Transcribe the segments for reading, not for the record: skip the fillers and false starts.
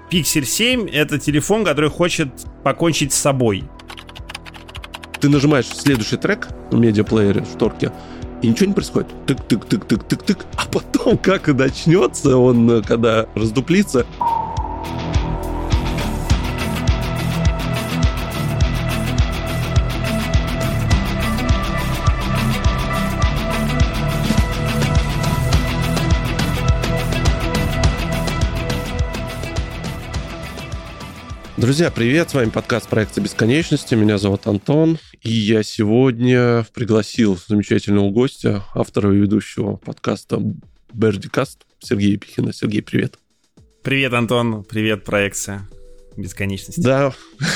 Pixel 7 — это телефон, который хочет покончить с собой. Ты нажимаешь следующий трек в медиаплеере, в шторке, и ничего не происходит. Тык-тык-тык-тык-тык-тык. А потом, как и начнется он, когда раздуплится... Друзья, привет! С вами подкаст «Проекция бесконечности». Меня зовут Антон. И я сегодня пригласил замечательного гостя, автора и ведущего подкаста Бердикаст Сергея Епихина. Сергей, привет! Привет, Антон! Привет, «Проекция бесконечности». Да,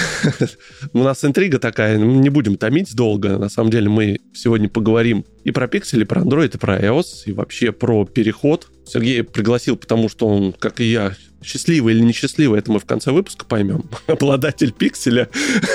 у нас интрига такая, не будем томить долго. На самом деле мы сегодня поговорим и про Pixel, и про Android, и про iOS, и вообще про переход. Сергей пригласил, потому что он, как и я, счастливый или несчастливый, это мы в конце выпуска поймем. Обладатель пикселя.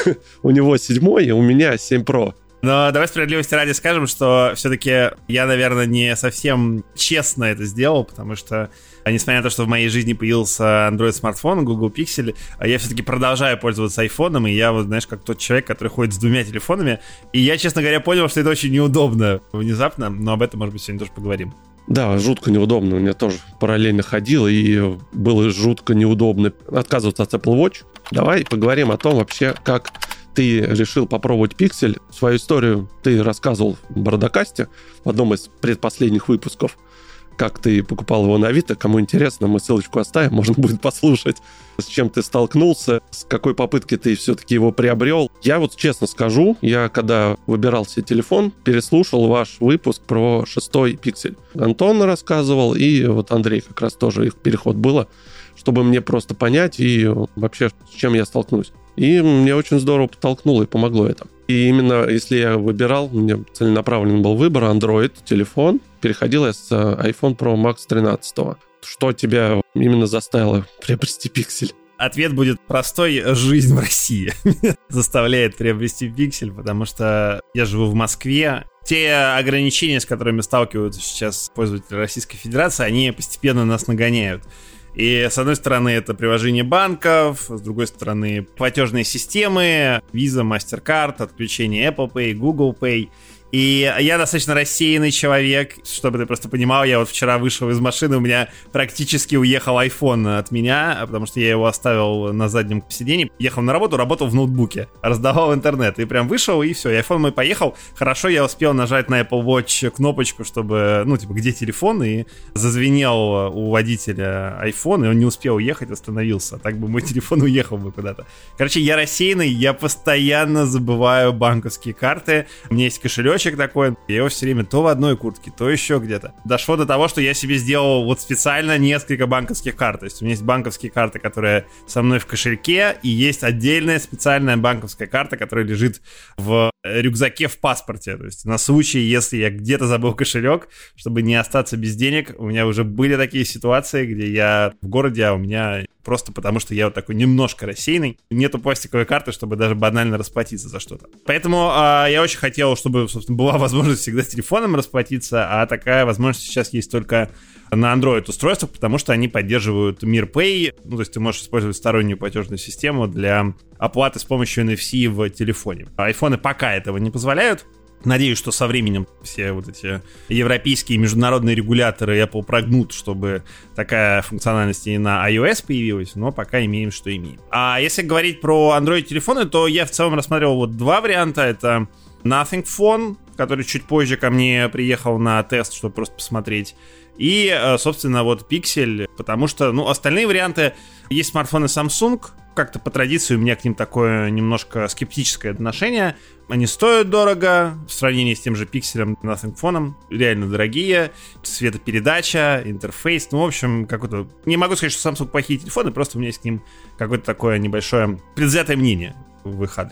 У него 7-й, у меня 7 Pro. Но давай справедливости ради скажем, что все-таки я, наверное, не совсем честно это сделал, потому что, несмотря на то, что в моей жизни появился Android-смартфон, Google Pixel, я все-таки продолжаю пользоваться айфоном, и я, вот, знаешь, как тот человек, который ходит с 2 телефонами, и я, честно говоря, понял, что это очень неудобно внезапно, но об этом, может быть, сегодня тоже поговорим. Да, жутко неудобно. У меня тоже параллельно ходил, и было жутко неудобно отказываться от Apple Watch. Давай поговорим о том вообще, как ты решил попробовать Pixel. Свою историю ты рассказывал в Бродокасте в одном из предпоследних выпусков, как ты покупал его на Авито. Кому интересно, мы ссылочку оставим, можно будет послушать, с чем ты столкнулся, с какой попытки ты все-таки его приобрел. Я вот честно скажу, я когда выбирал себе телефон, переслушал ваш выпуск про 6-й Pixel. Антон рассказывал, и вот Андрей как раз тоже, их переход было, чтобы мне просто понять и вообще с чем я столкнусь. И мне очень здорово подтолкнуло и помогло это. И именно если я выбирал, у меня целенаправленный был выбор Android, телефон, переходил я с iPhone Pro Max 13. Что тебя именно заставило приобрести Pixel? Ответ будет простой: жизнь в России заставляет приобрести Pixel, потому что я живу в Москве. Те ограничения, с которыми сталкиваются сейчас пользователи Российской Федерации, они постепенно нас нагоняют. И с одной стороны это приложение банков, с другой стороны платежные системы, Visa, MasterCard, отключение Apple Pay, Google Pay. И я достаточно рассеянный человек, чтобы ты просто понимал, я вот вчера вышел из машины, у меня практически уехал iPhone от меня, потому что я его оставил на заднем сиденье, ехал на работу, работал в ноутбуке, раздавал интернет, и прям вышел, и все, и iPhone мой поехал. Хорошо, я успел нажать на Apple Watch кнопочку, чтобы, где телефон, и зазвенел у водителя iPhone, и он не успел уехать, остановился, а так бы мой телефон уехал бы куда-то. Короче, я рассеянный, я постоянно забываю банковские карты, у меня есть кошелек такой, я его все время то в одной куртке, то еще где-то. Дошло до того, что я себе сделал вот специально несколько банковских карт. То есть у меня есть банковские карты, которые со мной в кошельке, и есть отдельная специальная банковская карта, которая лежит в рюкзаке в паспорте. То есть на случай, если я где-то забыл кошелек, чтобы не остаться без денег. У меня уже были такие ситуации, где я в городе, а у меня просто потому, что я вот такой немножко рассеянный, нету пластиковой карты, чтобы даже банально расплатиться за что-то. Поэтому я очень хотел, чтобы, собственно, была возможность всегда с телефоном расплатиться, а такая возможность сейчас есть только на Android-устройствах, потому что они поддерживают MirPay, то есть ты можешь использовать стороннюю платежную систему для оплаты с помощью NFC в телефоне. Айфоны пока этого не позволяют. Надеюсь, что со временем все вот эти европейские международные регуляторы Apple прогнут, чтобы такая функциональность и на iOS появилась, но пока имеем, что имеем. А если говорить про Android-телефоны, то я в целом рассмотрел вот 2 варианта. Это Nothing Phone, который чуть позже ко мне приехал на тест, чтобы просто посмотреть. И, собственно, вот Pixel, потому что, остальные варианты, есть смартфоны Samsung, как-то по традиции у меня к ним такое немножко скептическое отношение. Они стоят дорого в сравнении с тем же Pixel, Nothing Phone, реально дорогие, светопередача, интерфейс, в общем, какой-то... Не могу сказать, что Samsung плохие телефоны, просто у меня есть к ним какое-то такое небольшое предвзятое мнение в их адрес.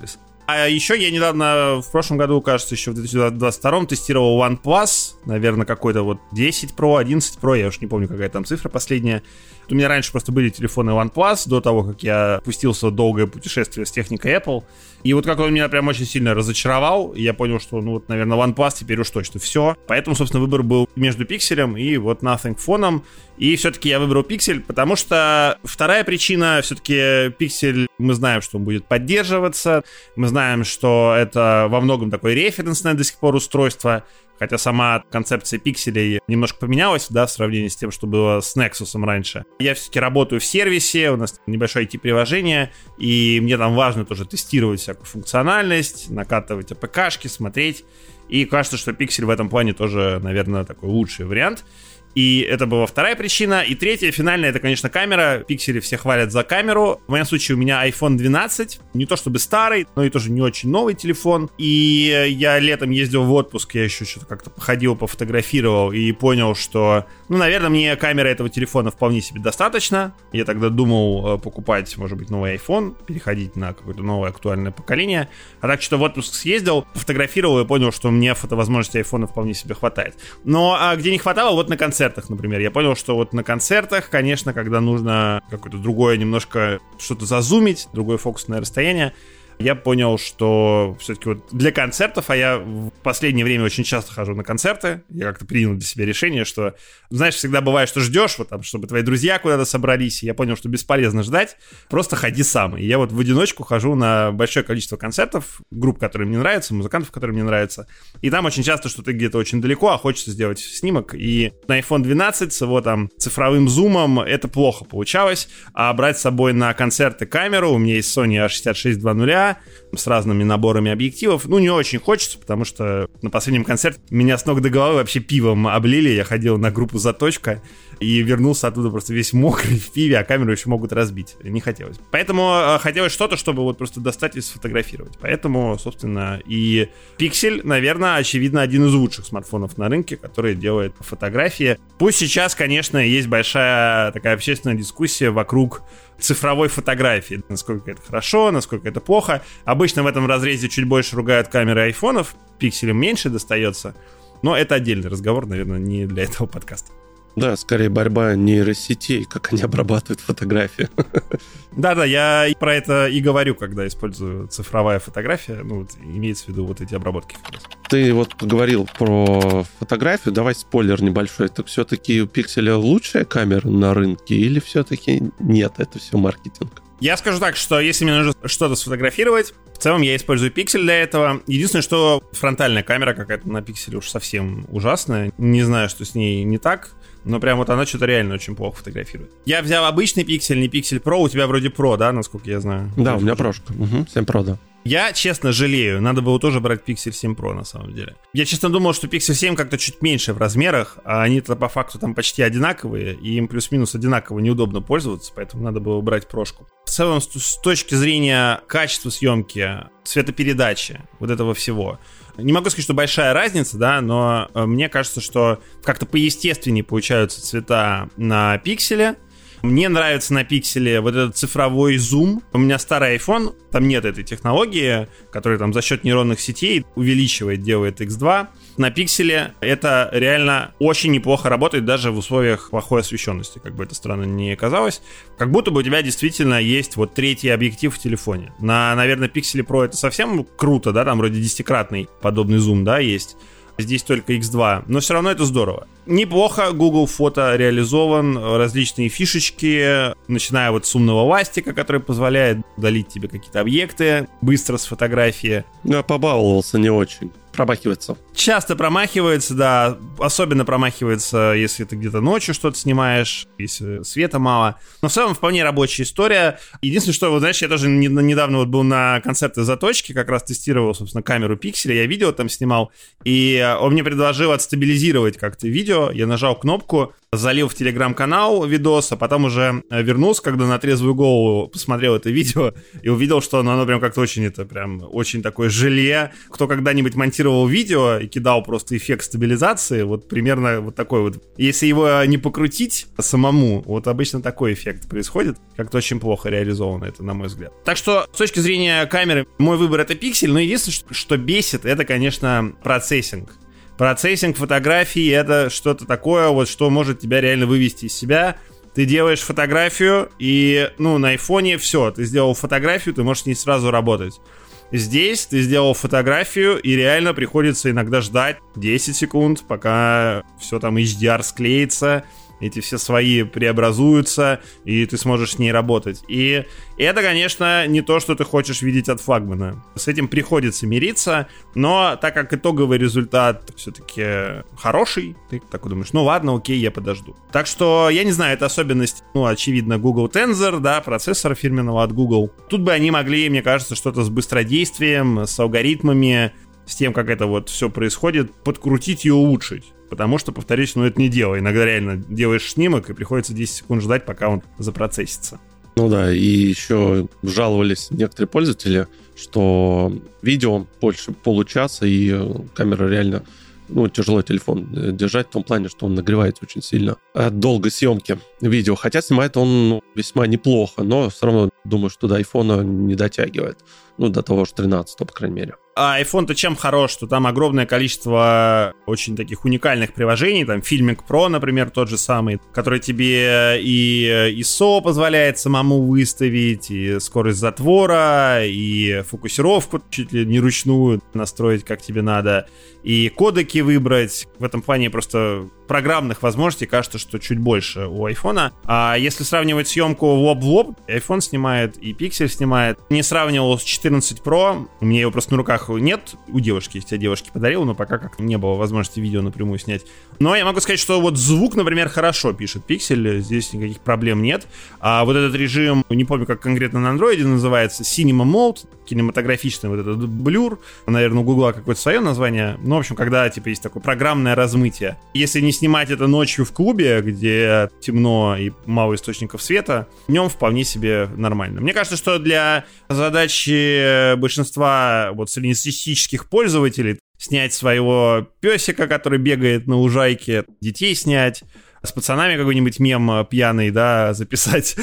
А еще я недавно, в прошлом году, кажется, еще в 2022 тестировал OnePlus, наверное, какой-то вот 10 Pro, 11 Pro, я уж не помню, какая там цифра последняя. У меня раньше просто были телефоны OnePlus до того, как я пустился в долгое путешествие с техникой Apple. И вот как он меня прям очень сильно разочаровал, я понял, что, ну вот, наверное, OnePlus теперь уж точно все. Поэтому, собственно, выбор был между Pixel и вот Nothing Phone. И все-таки я выбрал Pixel, потому что вторая причина, все-таки Pixel, мы знаем, что он будет поддерживаться, мы знаем, что это во многом такое референсное до сих пор устройство. Хотя сама концепция пикселей немножко поменялась, да, в сравнении с тем, что было с Nexus раньше. Я все-таки работаю в сервисе, у нас небольшое IT-приложение, и мне там важно тоже тестировать всякую функциональность, накатывать APK-шки, смотреть. И кажется, что Pixel в этом плане тоже, наверное, такой лучший вариант. И это была вторая причина. И третья, финальная, это, конечно, камера. Пиксели все хвалят за камеру. В моем случае у меня iPhone 12. Не то чтобы старый, но и тоже не очень новый телефон. И я летом ездил в отпуск, я еще что-то как-то походил, пофотографировал и понял, что, ну, наверное, мне камера этого телефона вполне себе достаточно. Я тогда думал покупать, может быть, новый iPhone, переходить на какое-то новое актуальное поколение. А так что в отпуск съездил, пофотографировал и понял, что мне фотовозможностей iPhone вполне себе хватает. Но где не хватало, вот на концертах, например. Я понял, что вот на концертах, конечно, когда нужно какое-то другое немножко что-то зазумить, другое фокусное расстояние, я понял, что все-таки вот для концертов, а я в последнее время очень часто хожу на концерты, я как-то принял для себя решение, что, знаешь, всегда бывает, что ждешь, вот там, чтобы твои друзья куда-то собрались, и я понял, что бесполезно ждать, просто ходи сам. И я вот в одиночку хожу на большое количество концертов, групп, которые мне нравятся, музыкантов, которые мне нравятся, и там очень часто, что ты где-то очень далеко, а хочется сделать снимок, и на iPhone 12 с его там цифровым зумом это плохо получалось, а брать с собой на концерты камеру, у меня есть Sony A66 2.0, с разными наборами объективов. Ну, не очень хочется, потому что на последнем концерте меня с ног до головы вообще пивом облили. Я ходил на группу «Заточка» и вернулся оттуда просто весь мокрый в пиве, а камеру еще могут разбить. Не хотелось. Поэтому хотелось что-то, чтобы вот просто достать и сфотографировать. Поэтому, собственно, и Pixel, наверное, очевидно, один из лучших смартфонов на рынке, который делает фотографии. Пусть сейчас, конечно, есть большая такая общественная дискуссия вокруг цифровой фотографии. Насколько это хорошо, насколько это плохо. Обычно в этом разрезе чуть больше ругают камеры айфонов, пикселям меньше достается. Но это отдельный разговор, наверное, не для этого подкаста. Да, скорее борьба нейросетей, как они обрабатывают фотографии. Да-да, я про это и говорю, когда использую цифровая фотография. Ну, вот, имеется в виду вот эти обработки. Ты вот поговорил про фотографию, давай спойлер небольшой. Это все-таки у Пикселя лучшая камера на рынке или все-таки нет, это все маркетинг? Я скажу так, что если мне нужно что-то сфотографировать, в целом я использую Pixel для этого. Единственное, что фронтальная камера какая-то на Pixel уж совсем ужасная. Не знаю, что с ней не так, но прям вот она что-то реально очень плохо фотографирует. Я взял обычный Pixel, не Pixel Pro. У тебя вроде Pro, да, насколько я знаю? Да, у меня прошка. 7 Pro, да. Я, честно, жалею. Надо было тоже брать Pixel 7 Pro, на самом деле. Я, честно, думал, что Pixel 7 как-то чуть меньше в размерах, а они-то по факту там почти одинаковые, и им плюс-минус одинаково неудобно пользоваться, поэтому надо было брать прошку. В целом, с точки зрения качества съемки, цветопередачи, вот этого всего, не могу сказать, что большая разница, да, но мне кажется, что как-то поестественнее получаются цвета на Пикселе. Мне нравится на Пикселе вот этот цифровой зум. У меня старый iPhone, там нет этой технологии, которая там за счет нейронных сетей увеличивает, делает X2. На Пикселе это реально очень неплохо работает даже в условиях плохой освещенности, как бы это странно ни казалось. Как будто бы у тебя действительно есть вот третий объектив в телефоне. На, наверное, Пикселе Pro это совсем круто, да, там вроде 10-кратный подобный зум, да, есть. Здесь только X2, но все равно это здорово. Неплохо Google Фото реализован, различные фишечки, начиная вот с умного ластика, который позволяет удалить тебе какие-то объекты быстро с фотографии. Я побаловался не очень. Промахивается. Часто промахивается, да. Особенно промахивается, если ты где-то ночью что-то снимаешь, если света мало. Но в целом вполне рабочая история. Единственное, что, вот, знаешь, я тоже недавно вот был на концерте «Заточки», как раз тестировал, собственно, камеру Пикселя. Я видео там снимал, и он мне предложил отстабилизировать как-то видео. Я нажал кнопку, залил в телеграм-канал видос, а потом уже вернулся, когда на трезвую голову посмотрел это видео и увидел, что оно прям как-то очень такое желе. Кто когда-нибудь монтировал видео и кидал просто эффект стабилизации, вот примерно вот такой вот. Если его не покрутить самому, вот обычно такой эффект происходит. Как-то очень плохо реализовано это, на мой взгляд. Так что, с точки зрения камеры, мой выбор — это Pixel, но единственное, что бесит, это, конечно, процессинг. Процессинг фотографий — это что-то такое, вот, что может тебя реально вывести из себя. Ты делаешь фотографию, и, на айфоне все, ты сделал фотографию, ты можешь с ней сразу работать. Здесь ты сделал фотографию, и реально приходится иногда ждать 10 секунд, пока все там HDR склеится, эти все слои преобразуются, и ты сможешь с ней работать. И это, конечно, не то, что ты хочешь видеть от флагмана. С этим приходится мириться, но так как итоговый результат все-таки хороший, ты такой думаешь, ладно, окей, я подожду. Так что, я не знаю, это особенность, очевидно, Google Tensor, да, процессора фирменного от Google. Тут бы они могли, мне кажется, что-то с быстродействием, с алгоритмами, с тем, как это вот все происходит, подкрутить и улучшить. Потому что, повторюсь, это не дело. Иногда реально делаешь снимок, и приходится 10 секунд ждать, пока он запроцессится. Ну да, и еще жаловались некоторые пользователи, что видео больше получаса, и камера реально... тяжело телефон держать в том плане, что он нагревается очень сильно от долгой съемки видео. Хотя снимает он весьма неплохо, но все равно думаю, что до айфона не дотягивает. До того же 13, по крайней мере. А iPhone-то чем хорош, что там огромное количество очень таких уникальных приложений, там Filmic Pro, например, тот же самый, который тебе и ISO позволяет самому выставить, и скорость затвора, и фокусировку чуть ли не ручную настроить, как тебе надо, и кодеки выбрать. В этом плане просто программных возможностей кажется, что чуть больше у айфона. А если сравнивать съемку лоб в лоб, iPhone снимает и Pixel снимает. Не сравнивал с 14 Pro, у меня его просто на руках нет, у девушки есть, я девушке подарил, но пока как не было возможности видео напрямую снять. Но я могу сказать, что вот звук, например, хорошо пишет Pixel, здесь никаких проблем нет. А вот этот режим, не помню, как конкретно на Android называется, Cinema Mode, кинематографичный вот этот блюр, наверное, у Гугла какое-то свое название, в общем, когда, есть такое программное размытие. Если не снимать это ночью в клубе, где темно и мало источников света, днем вполне себе нормально. Мне кажется, что для задачи большинства среднестатистических пользователей снять своего песика, который бегает на лужайке, детей снять, с пацанами какой-нибудь мем пьяный, да, записать.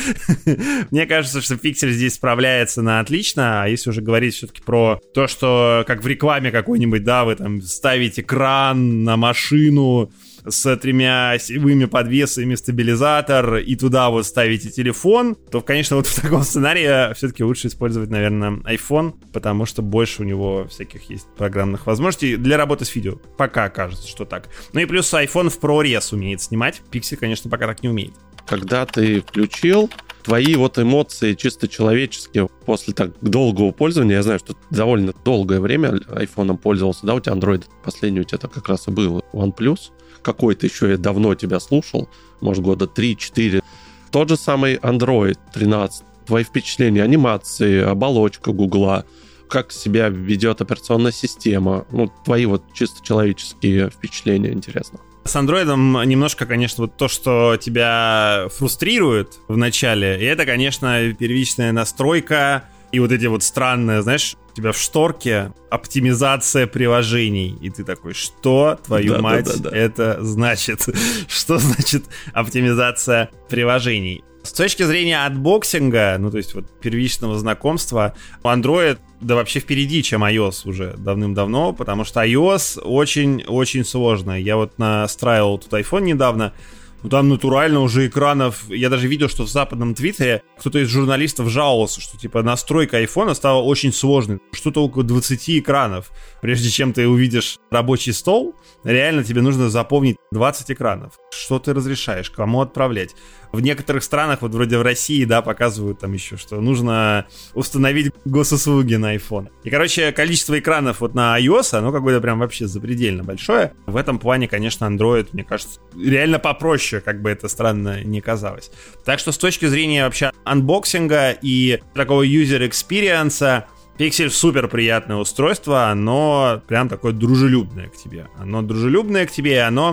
Мне кажется, что Pixel здесь справляется на отлично, а если уже говорить все-таки про то, что как в рекламе какой-нибудь, да, вы там ставите кран на машину с 3 осевыми подвесами, стабилизатор, и туда ставите телефон, то, конечно, в таком сценарии все-таки лучше использовать, наверное, iPhone, потому что больше у него всяких есть программных возможностей для работы с видео. Пока кажется, что так. И плюс iPhone в ProRes умеет снимать. Pixel, конечно, пока так не умеет. Когда ты включил, твои эмоции чисто человеческие после так долгого пользования, я знаю, что довольно долгое время айфоном пользовался, да, у тебя Android, последний у тебя как раз и был OnePlus, какой-то еще я давно тебя слушал, может, года 3-4. Тот же самый Android 13, твои впечатления, анимации, оболочка Гугла, как себя ведет операционная система, твои чисто человеческие впечатления, интересно. С андроидом немножко, конечно, то, что тебя фрустрирует в начале, и это, конечно, первичная настройка и эти странные, знаешь, у тебя в шторке оптимизация приложений, и ты такой, что, твою мать, это значит? Что значит оптимизация приложений? С точки зрения отбоксинга, первичного знакомства, Android вообще впереди, чем iOS уже давным-давно, потому что iOS очень-очень сложно. Я настраивал тут iPhone недавно, там натурально уже экранов... Я даже видел, что в западном твиттере кто-то из журналистов жаловался, что настройка айфона стала очень сложной. Что-то около 20 экранов. Прежде чем ты увидишь рабочий стол, реально тебе нужно запомнить 20 экранов. Что ты разрешаешь, кому отправлять. В некоторых странах, вроде в России, да, показывают там еще, что нужно установить госуслуги на iPhone. И, количество экранов на iOS, оно какое-то прям вообще запредельно большое. В этом плане, конечно, Android, мне кажется, реально попроще, как бы это странно не казалось. Так что с точки зрения вообще анбоксинга и такого user experience, Pixel супер приятное устройство, оно прям такое дружелюбное к тебе. Оно дружелюбное к тебе, и оно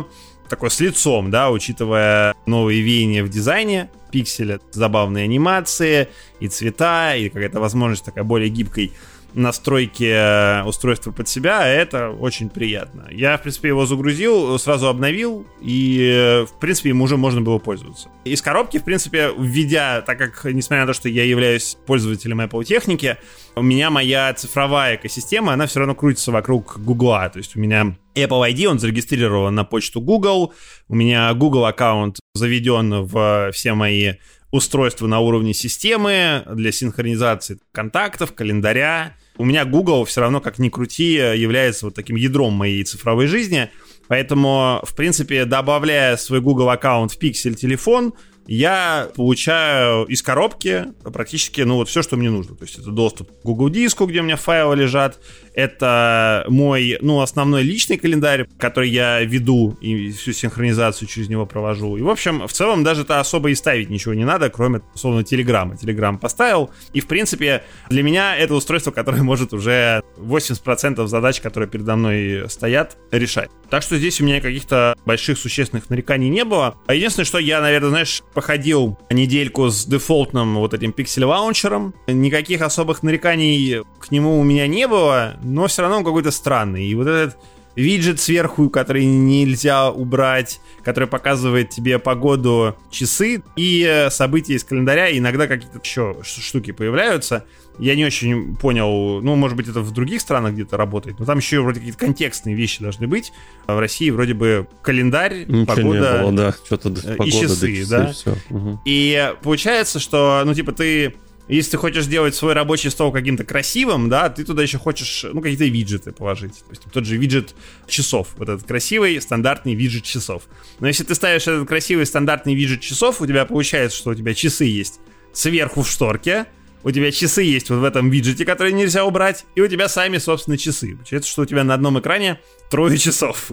такой с лицом, да, учитывая новые веяния в дизайне пикселя, забавные анимации и цвета, и какая-то возможность такая более гибкой настройки устройства под себя, это очень приятно. Я, в принципе, его загрузил, сразу обновил, и, в принципе, им уже можно было пользоваться. Из коробки, в принципе, введя, так как, несмотря на то, что я являюсь пользователем Apple техники, у меня моя цифровая экосистема, она все равно крутится вокруг Гугла. То есть у меня Apple ID, он зарегистрирован на почту Google, у меня Google аккаунт заведен в все мои устройства на уровне системы для синхронизации контактов, календаря. У меня Google все равно, как ни крути, является вот таким ядром моей цифровой жизни. Поэтому, в принципе, добавляя свой Google аккаунт в Pixel телефон, я получаю из коробки практически, ну, вот все, что мне нужно. То есть это доступ к Google диску, где у меня файлы лежат. Это мой, ну, основной личный календарь, который я веду и всю синхронизацию через него провожу. И, в общем, в целом даже-то особо и ставить ничего не надо, кроме, условно, Телеграма. Телеграм поставил. И, в принципе, для меня это устройство, которое может уже 80% задач, которые передо мной стоят, решать. Так что здесь у меня каких-то больших существенных нареканий не было. А единственное, что я, наверное, знаешь, походил недельку с дефолтным вот этим Pixel лаунчером. Никаких особых нареканий к нему у меня не было, но все равно он какой-то странный. И вот этот виджет сверху, который нельзя убрать, который показывает тебе погоду, часы и события из календаря, и иногда какие-то еще штуки появляются. Я не очень понял, ну, может быть, это в других странах где-то работает, но там еще вроде какие-то контекстные вещи должны быть. А в России вроде бы календарь, ничего погода не было, да. Что-то погода, и часы, да? Все. Угу. И получается, что, ну, типа, если ты хочешь сделать свой рабочий стол каким-то красивым, да, ты туда еще хочешь, ну, какие-то виджеты положить. То есть тот же виджет часов, вот этот красивый стандартный виджет часов. Но если ты ставишь этот красивый стандартный виджет часов, у тебя получается, что у тебя часы есть сверху в шторке, у тебя часы есть вот в этом виджете, который нельзя убрать, и у тебя сами, собственно, часы. Получается, что у тебя на одном экране 3 часов.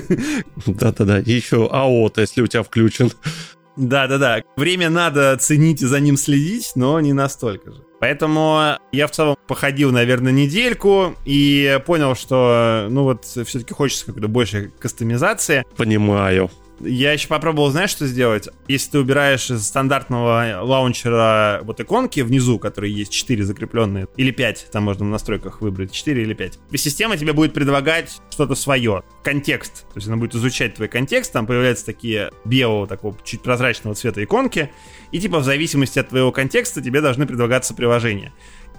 Да-да-да, и еще АОТ, если у тебя включен. Да-да-да, время надо ценить и за ним следить, но не настолько же. Поэтому я в целом походил, наверное, недельку и понял, что, ну вот, все-таки хочется какой-то большей кастомизации. Понимаю. Я еще попробовал, знаешь, что сделать? Если ты убираешь из стандартного лаунчера вот иконки внизу, которые есть 4 закрепленные, или 5, там можно в настройках выбрать 4 или 5, и система тебе будет предлагать что-то свое, контекст. То есть она будет изучать твой контекст, там появляются такие белого, такого чуть прозрачного цвета иконки, и типа в зависимости от твоего контекста тебе должны предлагаться приложения.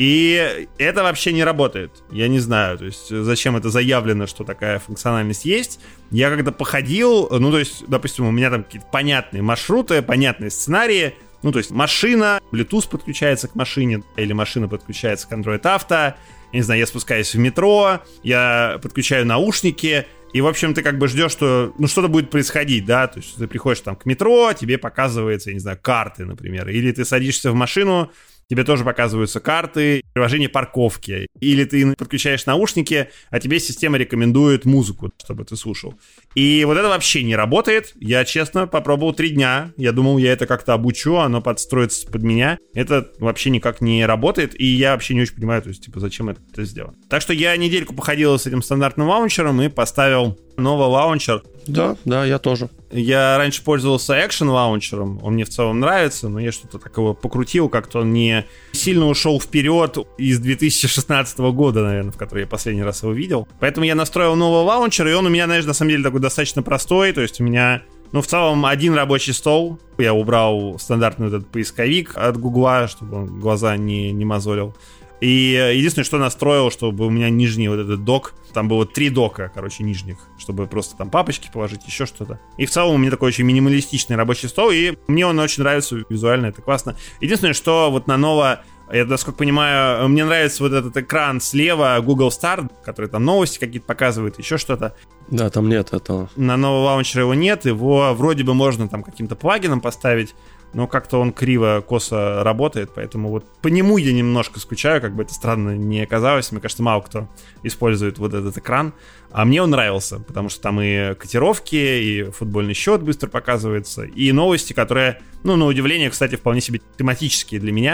И это вообще не работает. Я не знаю, то есть зачем это заявлено, что такая функциональность есть. Я когда походил, ну то есть, допустим, у меня там какие-то понятные маршруты, понятные сценарии. Ну то есть машина, Bluetooth подключается к машине, или машина подключается к Android Auto. Я не знаю, я спускаюсь в метро, я подключаю наушники. И, в общем, ты как бы ждешь, что, ну, что-то будет происходить, да, то есть ты приходишь там к метро, тебе показывается, я не знаю, карты, например, или ты садишься в машину, тебе тоже показываются карты, приложение парковки. Или ты подключаешь наушники, а тебе система рекомендует музыку, чтобы ты слушал. И вот это вообще не работает. Я, честно, попробовал 3 дня. Я думал, я это как-то обучу, оно подстроится под меня. Это вообще никак не работает, и я вообще не очень понимаю, то есть, типа, зачем это сделано. Так что я недельку походил с этим стандартным лаунчером и поставил новый лаунчер. Да, я тоже. Я раньше пользовался Action лаунчером, он мне в целом нравится, но я что-то такого покрутил, как-то он не сильно ушел вперед из 2016 года, наверное, в который я последний раз его видел. Поэтому я настроил новый лаунчер, и он у меня, знаешь, на самом деле такой достаточно простой, то есть у меня, ну, в целом один рабочий стол. Я убрал стандартный этот поисковик от Гугла, чтобы он глаза не мозолил. И единственное, что настроил, чтобы у меня нижний вот этот док, там было 3 дока, короче, нижних, чтобы просто там папочки положить, еще что-то. И в целом у меня такой очень минималистичный рабочий стол, и мне он очень нравится визуально, это классно. Единственное, что вот на ново, я, насколько понимаю, мне нравится вот этот экран слева Google Star, который там новости какие-то показывает, еще что-то. Да, там нет этого. На новом лаунчере его нет, его вроде бы можно там каким-то плагином поставить, но как-то он криво-косо работает, поэтому вот по нему я немножко скучаю, как бы это странно не оказалось. Мне кажется, мало кто использует вот этот экран, а мне он нравился, потому что там и котировки, и футбольный счет быстро показывается, и новости, которые, ну, на удивление, кстати, вполне себе тематические для меня.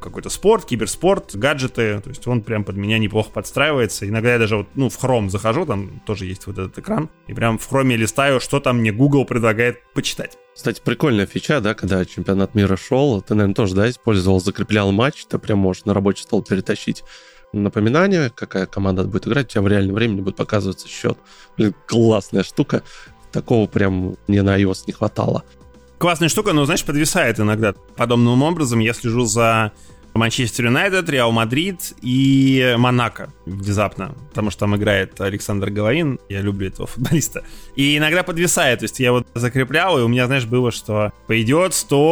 какой-то спорт, киберспорт, гаджеты, то есть он прям под меня неплохо подстраивается. Иногда я даже вот, в Chrome захожу, там тоже есть вот этот экран, и прям в Chrome листаю, что там мне Google предлагает почитать. Кстати, прикольная фича, да, когда чемпионат мира шел, ты, наверное, тоже, да, использовал, закреплял матч, ты прям можешь на рабочий стол перетащить напоминание, какая команда будет играть, у тебя в реальном времени будет показываться счет. Блин, классная штука, такого прям мне на iOS не хватало. Классная штука, но, знаешь, подвисает иногда. Подобным образом я слежу за Манчестер Юнайтед, Реал Мадрид и Монако внезапно, потому что там играет Александр Головин, я люблю этого футболиста. И иногда подвисает, то есть я вот закреплял, и у меня, знаешь, было, что пойдет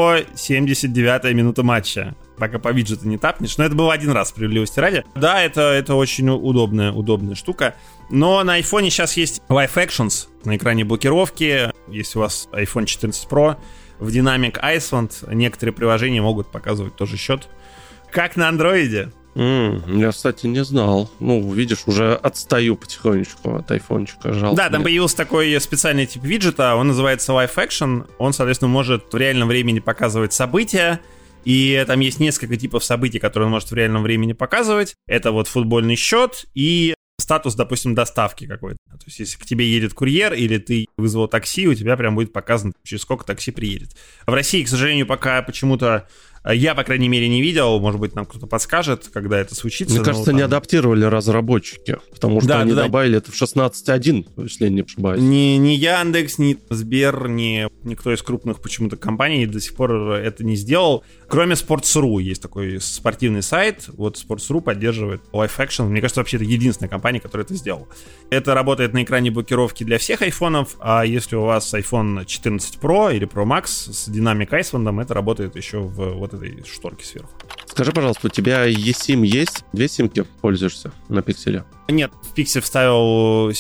179-я минута матча, пока по виджету не тапнешь. Но это было один раз, справедливости ради. Да, это очень удобная штука. Но на iPhone сейчас есть Live Actions на экране блокировки. Если у вас iPhone 14 Pro, в Dynamic Iceland некоторые приложения могут показывать тоже счет. Как на андроиде. Я, кстати, не знал. Видишь, уже отстаю потихонечку от айфончика. Жалко. Да, там появился такой специальный тип виджета, он называется Live Action. Он, соответственно, может в реальном времени показывать события. И там есть несколько типов событий, которые он может в реальном времени показывать. Это вот футбольный счет и статус, допустим, доставки какой-то. То есть, если к тебе едет курьер или ты вызвал такси, у тебя прям будет показано, через сколько такси приедет. В России, к сожалению, пока почему-то я, по крайней мере, не видел. Может быть, нам кто-то подскажет, когда это случится. Мне кажется, не адаптировали разработчики, потому что они добавили это в 16.1, если я не ошибаюсь. Ни Яндекс, ни Сбер, ни никто из крупных почему-то компаний до сих пор это не сделал. Кроме Sports.ru, есть такой спортивный сайт. Вот Sports.ru поддерживает Live Action. Мне кажется, вообще это единственная компания, которая это сделала. Это работает на экране блокировки для всех айфонов, а если у вас iPhone 14 Pro или Pro Max с Dynamic Iceland, это работает еще в вот этой шторке сверху. Скажи, пожалуйста, у тебя eSIM есть? 2 симки пользуешься на пикселе? Нет, в Pixel вставил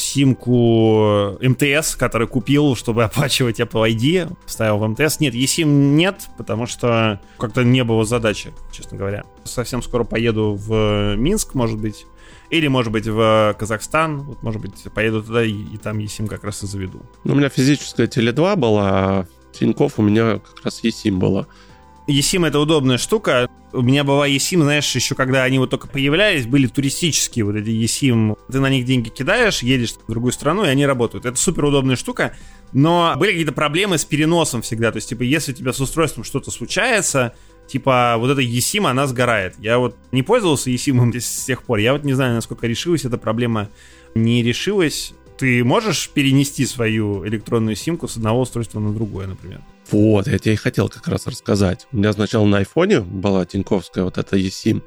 симку МТС, который купил, чтобы оплачивать Apple ID. Вставил в МТС. Нет, eSIM нет, потому что как-то не было задачи, честно говоря. Совсем скоро поеду в Минск, может быть. Или, может быть, в Казахстан. Вот, может быть, поеду туда и там eSIM как раз и заведу. У меня физическая Теле2 была, а Тинькофф у меня как раз eSIM была. eSIM — это удобная штука. У меня была eSIM, знаешь, еще когда они вот только появлялись, были туристические вот эти eSIM. Ты на них деньги кидаешь, едешь в другую страну, и они работают. Это супер удобная штука, но были какие-то проблемы с переносом всегда. То есть, типа, если у тебя с устройством что-то случается, типа, вот эта eSIM, она сгорает. Я вот не пользовался eSIM с тех пор. Я вот не знаю, насколько решилась эта проблема. Не решилась. Ты можешь перенести свою электронную симку с одного устройства на другое, например? Вот, я тебе и хотел как раз рассказать. У меня сначала на айфоне была тиньковская вот эта eSIM.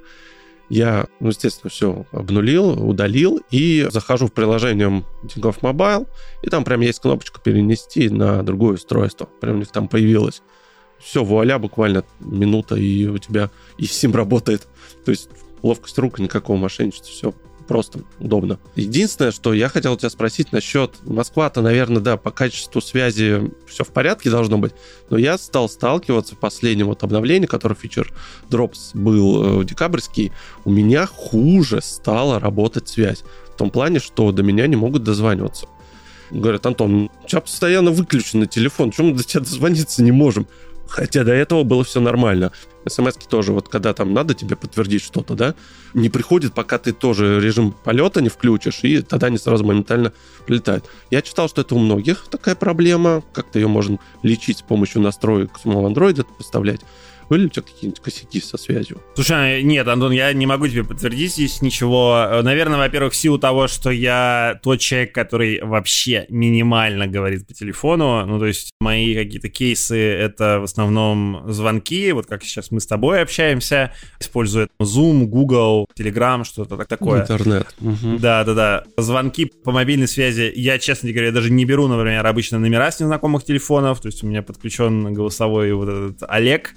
Я, естественно, все обнулил, удалил и захожу в приложение Тинькофф Мобайл, и там прям есть кнопочка «Перенести на другое устройство». Прям у них там появилось. Все, вуаля, буквально минута, и у тебя eSIM работает. То есть ловкость рук, никакого мошенничества, все просто удобно. Единственное, что я хотел тебя спросить насчет Москва-то, наверное, да, по качеству связи все в порядке должно быть, но я стал сталкиваться в последнем вот обновлении, которое Feature Drops был декабрьский, у меня хуже стала работать связь. В том плане, что до меня не могут дозваниваться. Говорят: Антон, у тебя постоянно выключен телефон, почему мы до тебя дозвониться не можем? Хотя до этого было все нормально. СМСки тоже, вот когда там надо тебе подтвердить что-то, да, не приходит, пока ты тоже режим полета не включишь, и тогда они сразу моментально прилетают. Я читал, что это у многих такая проблема, как-то ее можно лечить с помощью настроек самого андроида, поставлять. Были ли у тебя какие-нибудь косяки со связью? Слушай, нет, Антон, я не могу тебе подтвердить здесь ничего. Наверное, во-первых, в силу того, что я тот человек, который вообще минимально говорит по телефону. Ну, то есть мои какие-то кейсы — это в основном звонки. Вот как сейчас мы с тобой общаемся, используя Zoom, Google, Telegram, что-то такое. Интернет. Угу. Да. Звонки по мобильной связи я, честно говоря, даже не беру, например, обычно номера с незнакомых телефонов. То есть у меня подключен голосовой вот этот Олег.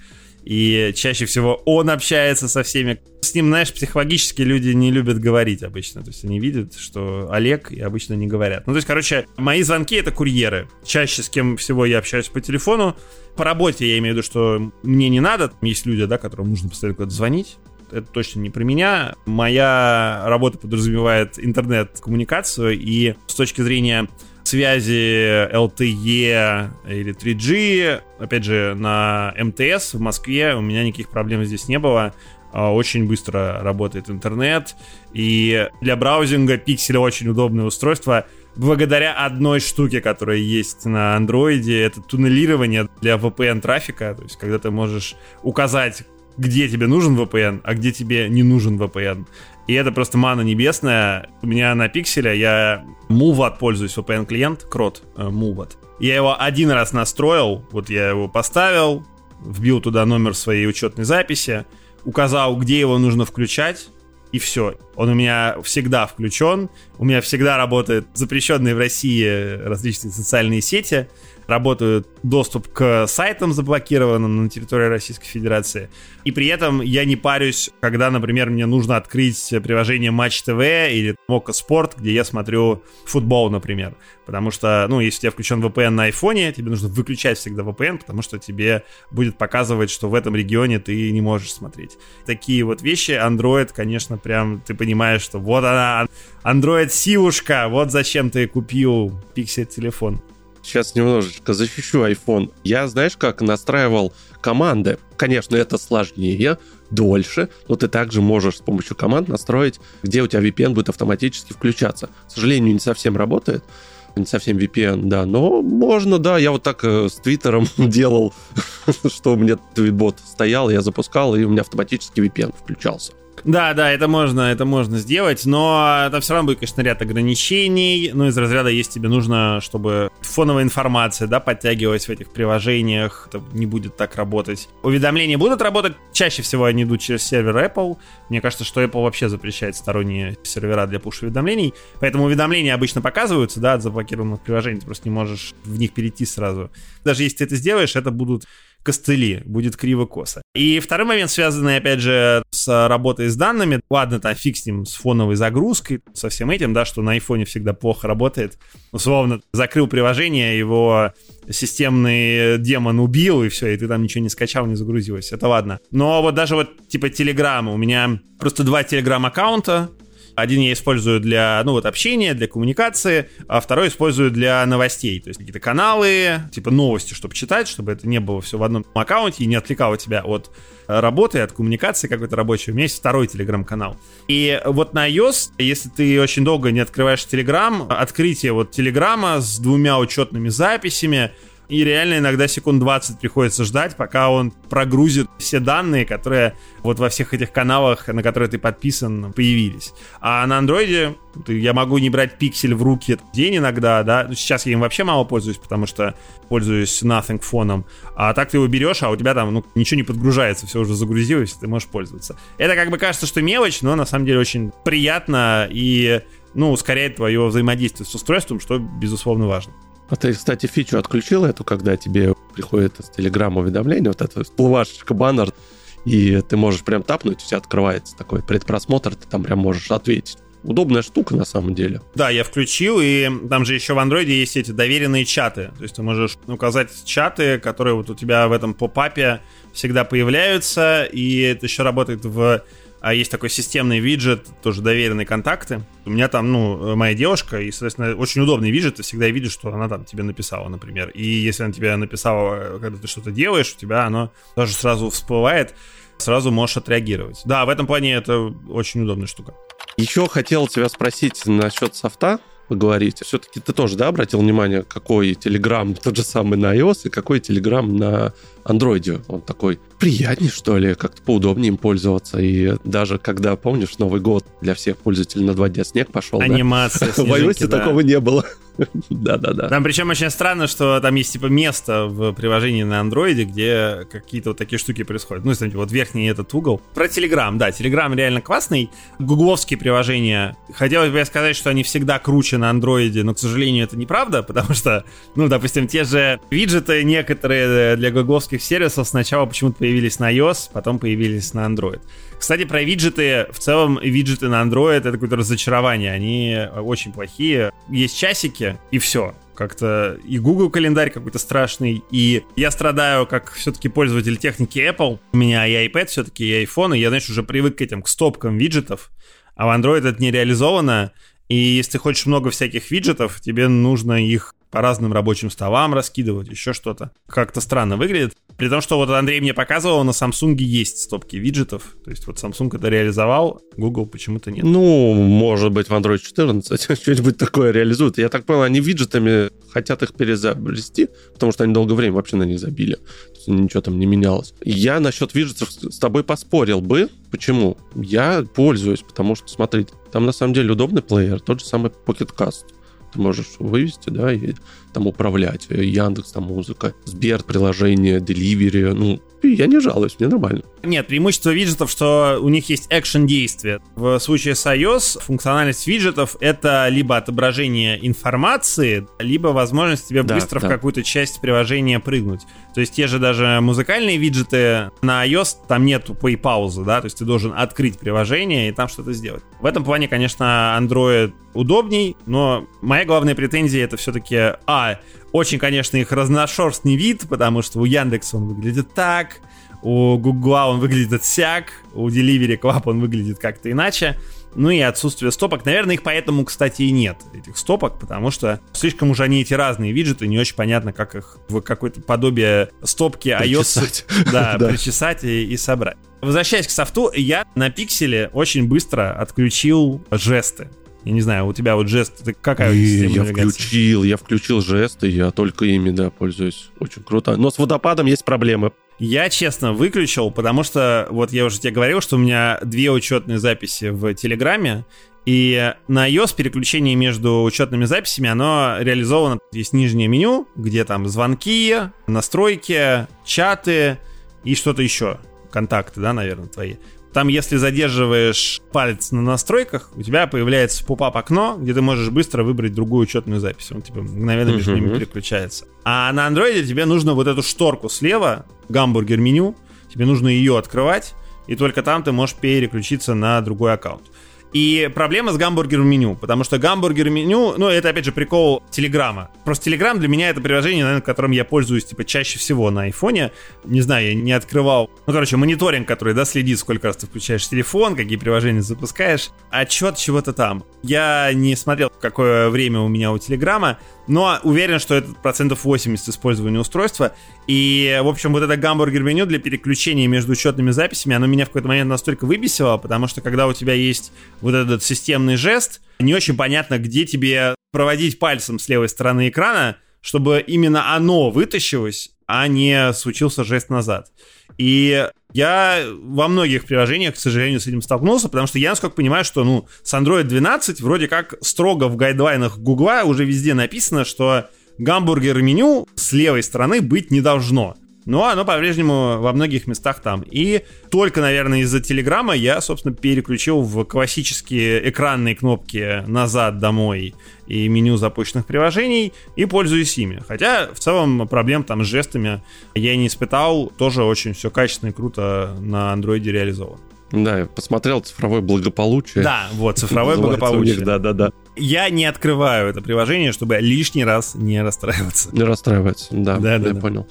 И чаще всего он общается со всеми. С ним, знаешь, психологически люди не любят говорить обычно. То есть они видят, что Олег, и обычно не говорят. Ну, то есть, короче, мои звонки — это курьеры. Чаще с кем всего я общаюсь по телефону. По работе я имею в виду, что мне не надо. Есть люди, да, которым нужно постоянно куда-то звонить. Это точно не про меня. Моя работа подразумевает интернет-коммуникацию. И с точки зрения связи LTE или 3G, опять же, на МТС в Москве у меня никаких проблем здесь не было. очень быстро работает интернет, и для браузинга Pixel очень удобное устройство, благодаря одной штуке, которая есть на андроиде, это туннелирование для VPN-трафика, то есть когда ты можешь указать, где тебе нужен VPN, а где тебе не нужен VPN. И это просто мана небесная. У меня на Pixel я Moovat пользуюсь, VPN-клиент, Крот, Moovat. Я его один раз настроил, вот я его поставил, вбил туда номер своей учетной записи, указал, где его нужно включать, и все. Он у меня всегда включен, у меня всегда работают запрещенные в России различные социальные сети, работает доступ к сайтам заблокированным на территории Российской Федерации. И при этом я не парюсь, когда, например, мне нужно открыть приложение Матч ТВ или Мока Спорт, где я смотрю футбол, например. Потому что, если у тебя включен VPN на айфоне, тебе нужно выключать всегда VPN, потому что тебе будет показывать, что в этом регионе ты не можешь смотреть. Такие вот вещи. Android, конечно, прям ты понимаешь, что вот она, Android-сивушка, вот зачем ты купил Pixel-телефон. Сейчас немножечко защищу iPhone. Я, знаешь, как настраивал команды. Конечно, это сложнее, дольше, но ты также можешь с помощью команд настроить, где у тебя VPN будет автоматически включаться. К сожалению, не совсем работает. Не совсем VPN, да, но можно, да. Я вот так с Твиттером делал, что у меня твитбот стоял, я запускал, и у меня автоматически VPN включался. Да, это можно сделать, но там все равно будет, конечно, ряд ограничений. Из разряда, если тебе нужно, чтобы фоновая информация, подтягивалась в этих приложениях, это не будет так работать. Уведомления будут работать, чаще всего они идут через сервер Apple. Мне кажется, что Apple вообще запрещает сторонние сервера для пуш-уведомлений, поэтому уведомления обычно показываются, от заблокированных приложений, ты просто не можешь в них перейти сразу. Даже если ты это сделаешь, это будут костыли, будет криво-косо. И второй момент, связанный, опять же, с работой с данными. Ладно, там фиг с ним, с фоновой загрузкой, со всем этим, что на айфоне всегда плохо работает. Условно, закрыл приложение, его системный демон убил, и все, и ты там ничего не скачал, не загрузилось. Это ладно. Но вот даже типа Telegram, у меня просто 2 Telegram-аккаунта. Один я использую для, общения, для коммуникации, а второй использую для новостей. То есть какие-то каналы, типа новости, чтобы читать, чтобы это не было все в одном аккаунте и не отвлекало тебя от работы, от коммуникации какой-то рабочей. У меня есть второй Telegram-канал. И вот на iOS, если ты очень долго не открываешь Telegram, открытие Телеграма с 2 учетными записями, и реально иногда секунд 20 приходится ждать, пока он прогрузит все данные, которые во всех этих каналах, на которые ты подписан, появились. А на андроиде я могу не брать Pixel в руки день иногда, да. Сейчас я им вообще мало пользуюсь, потому что пользуюсь Nothing фоном. А так ты его берешь, а у тебя там ничего не подгружается, все уже загрузилось, ты можешь пользоваться. Это кажется, что мелочь, но на самом деле очень приятно и, ускоряет твое взаимодействие с устройством, что, безусловно, важно. А ты, кстати, фичу отключил эту, когда тебе приходит из Телеграма уведомление, это всплывашечка, баннер, и ты можешь прям тапнуть, у тебя открывается такой предпросмотр, ты там прям можешь ответить. Удобная штука на самом деле. Да, я включил, и там же еще в андроиде есть эти доверенные чаты. То есть ты можешь указать чаты, которые у тебя в этом поп-апе всегда появляются, и это еще работает есть такой системный виджет, тоже доверенные контакты. У меня там, моя девушка, и, соответственно, очень удобный виджет, ты всегда видишь, что она там тебе написала, например. И если она тебе написала, когда ты что-то делаешь, у тебя оно даже сразу всплывает, сразу можешь отреагировать. Да, в этом плане это очень удобная штука. Еще хотел тебя спросить насчет софта, поговорить. Все-таки ты тоже, обратил внимание, какой Telegram тот же самый на iOS и какой Telegram на Android. Он такой приятнее, что ли, как-то поудобнее им пользоваться. И даже когда, помнишь, Новый год для всех пользователей на 2 дня снег пошел, анимация, в iOS такого не было. Да. Там причем очень странно, что там есть место в приложении на андроиде, где какие-то такие штуки происходят. Смотрите, верхний этот угол. Про Telegram, да, Telegram реально классный. Гугловские приложения, хотелось бы сказать, что они всегда круче на андроиде, но, к сожалению, это неправда, потому что, допустим, те же виджеты некоторые для гугловских сервисов сначала почему-то появились на iOS, потом появились на Android. Кстати, про виджеты, в целом виджеты на Android — это какое-то разочарование, они очень плохие. Есть часики, и все. Как-то и Google календарь какой-то страшный, и я страдаю как все-таки пользователь техники Apple. У меня и iPad все-таки, и iPhone, и я, уже привык к стопкам виджетов, а в Android это не реализовано. И если ты хочешь много всяких виджетов, тебе нужно их по разным рабочим столам раскидывать, еще что-то. Как-то странно выглядит. При том, что вот Андрей мне показывал, на Samsung есть стопки виджетов. То есть вот Samsung это реализовал, Google почему-то нет. Ну, может быть, в Android 14 что-нибудь такое реализуют. Я так понял, они виджетами хотят их перезабрести, потому что они долгое время вообще на них забили. То есть ничего там не менялось. Я насчет виджетов с тобой поспорил бы. Почему? Я пользуюсь, потому что, смотрите, там на самом деле удобный плеер, тот же самый Pocket Cast. Ты можешь вывести, да, и там управлять. Яндекс, там музыка, Сбер, приложение, Delivery. Ну, я не жалуюсь, мне нормально. Нет, преимущество виджетов, что у них есть экшен-действие. В случае с iOS функциональность виджетов — это либо отображение информации, либо возможность тебе быстро в какую-то часть приложения прыгнуть. То есть те же даже музыкальные виджеты на iOS, там нету play-паузы, да, то есть ты должен открыть приложение и там что-то сделать. В этом плане, конечно, Android удобней, но моя главная претензия — это все-таки, очень, конечно, их разношерстный вид, потому что у Яндекса он выглядит так, у Гугла он выглядит сяк, у Delivery Club он выглядит как-то иначе. Ну и отсутствие стопок. Наверное, их поэтому, кстати, и нет, этих стопок, потому что слишком уже они эти разные виджеты, не очень понятно, как их в какое-то подобие стопки iOS причесать и собрать. Возвращаясь к софту, я на Пикселе очень быстро отключил жесты. Я не знаю, у тебя вот жест, ты какая система навигации? Я включил жесты, я только ими, пользуюсь. Очень круто. Но с водопадом есть проблемы. Я, честно, выключил, потому что, вот я уже тебе говорил, что у меня 2 учетные записи в Телеграме, и на iOS переключение между учетными записями, оно реализовано. Есть нижнее меню, где там звонки, настройки, чаты и что-то еще. Контакты, да, наверное, твои. Там, если задерживаешь палец на настройках, у тебя появляется поп-ап окно, где ты можешь быстро выбрать другую учетную запись. Он типа мгновенно между ними переключается. А на андроиде тебе нужно вот эту шторку слева, гамбургер меню, тебе нужно ее открывать, и только там ты можешь переключиться на другой аккаунт. И проблема с гамбургером меню, потому что гамбургер меню, это опять же прикол Телеграма. Просто Телеграм для меня это приложение, наверное, которым я пользуюсь чаще всего на айфоне. Не знаю, я не открывал, мониторинг, который, следит, сколько раз ты включаешь телефон, какие приложения запускаешь, отчет чего-то там. Я не смотрел, какое время у меня у Телеграма, но уверен, что это 80% использования устройства. И, в общем, вот это гамбургер-меню для переключения между учетными записями, оно меня в какой-то момент настолько выбесило, потому что когда у тебя есть вот этот системный жест, не очень понятно, где тебе проводить пальцем с левой стороны экрана, чтобы именно оно вытащилось, а не случился жест назад. И я во многих приложениях, к сожалению, с этим столкнулся, потому что я, насколько понимаю, что, с Android 12 вроде как строго в гайдлайнах Гугла уже везде написано, что гамбургер-меню с левой стороны быть не должно. Но оно по-прежнему во многих местах там. И только, наверное, из-за Телеграма я, собственно, переключил в классические экранные кнопки «Назад», «Домой» и меню запущенных приложений и пользуюсь ими. Хотя, в целом, проблем там с жестами я не испытал. Тоже очень все качественно и круто на андроиде реализовано. Да, я посмотрел цифровое благополучие. Да, вот, цифровое благополучие. Да. Я не открываю это приложение, чтобы лишний раз не расстраиваться. Не расстраиваться, да, я понял.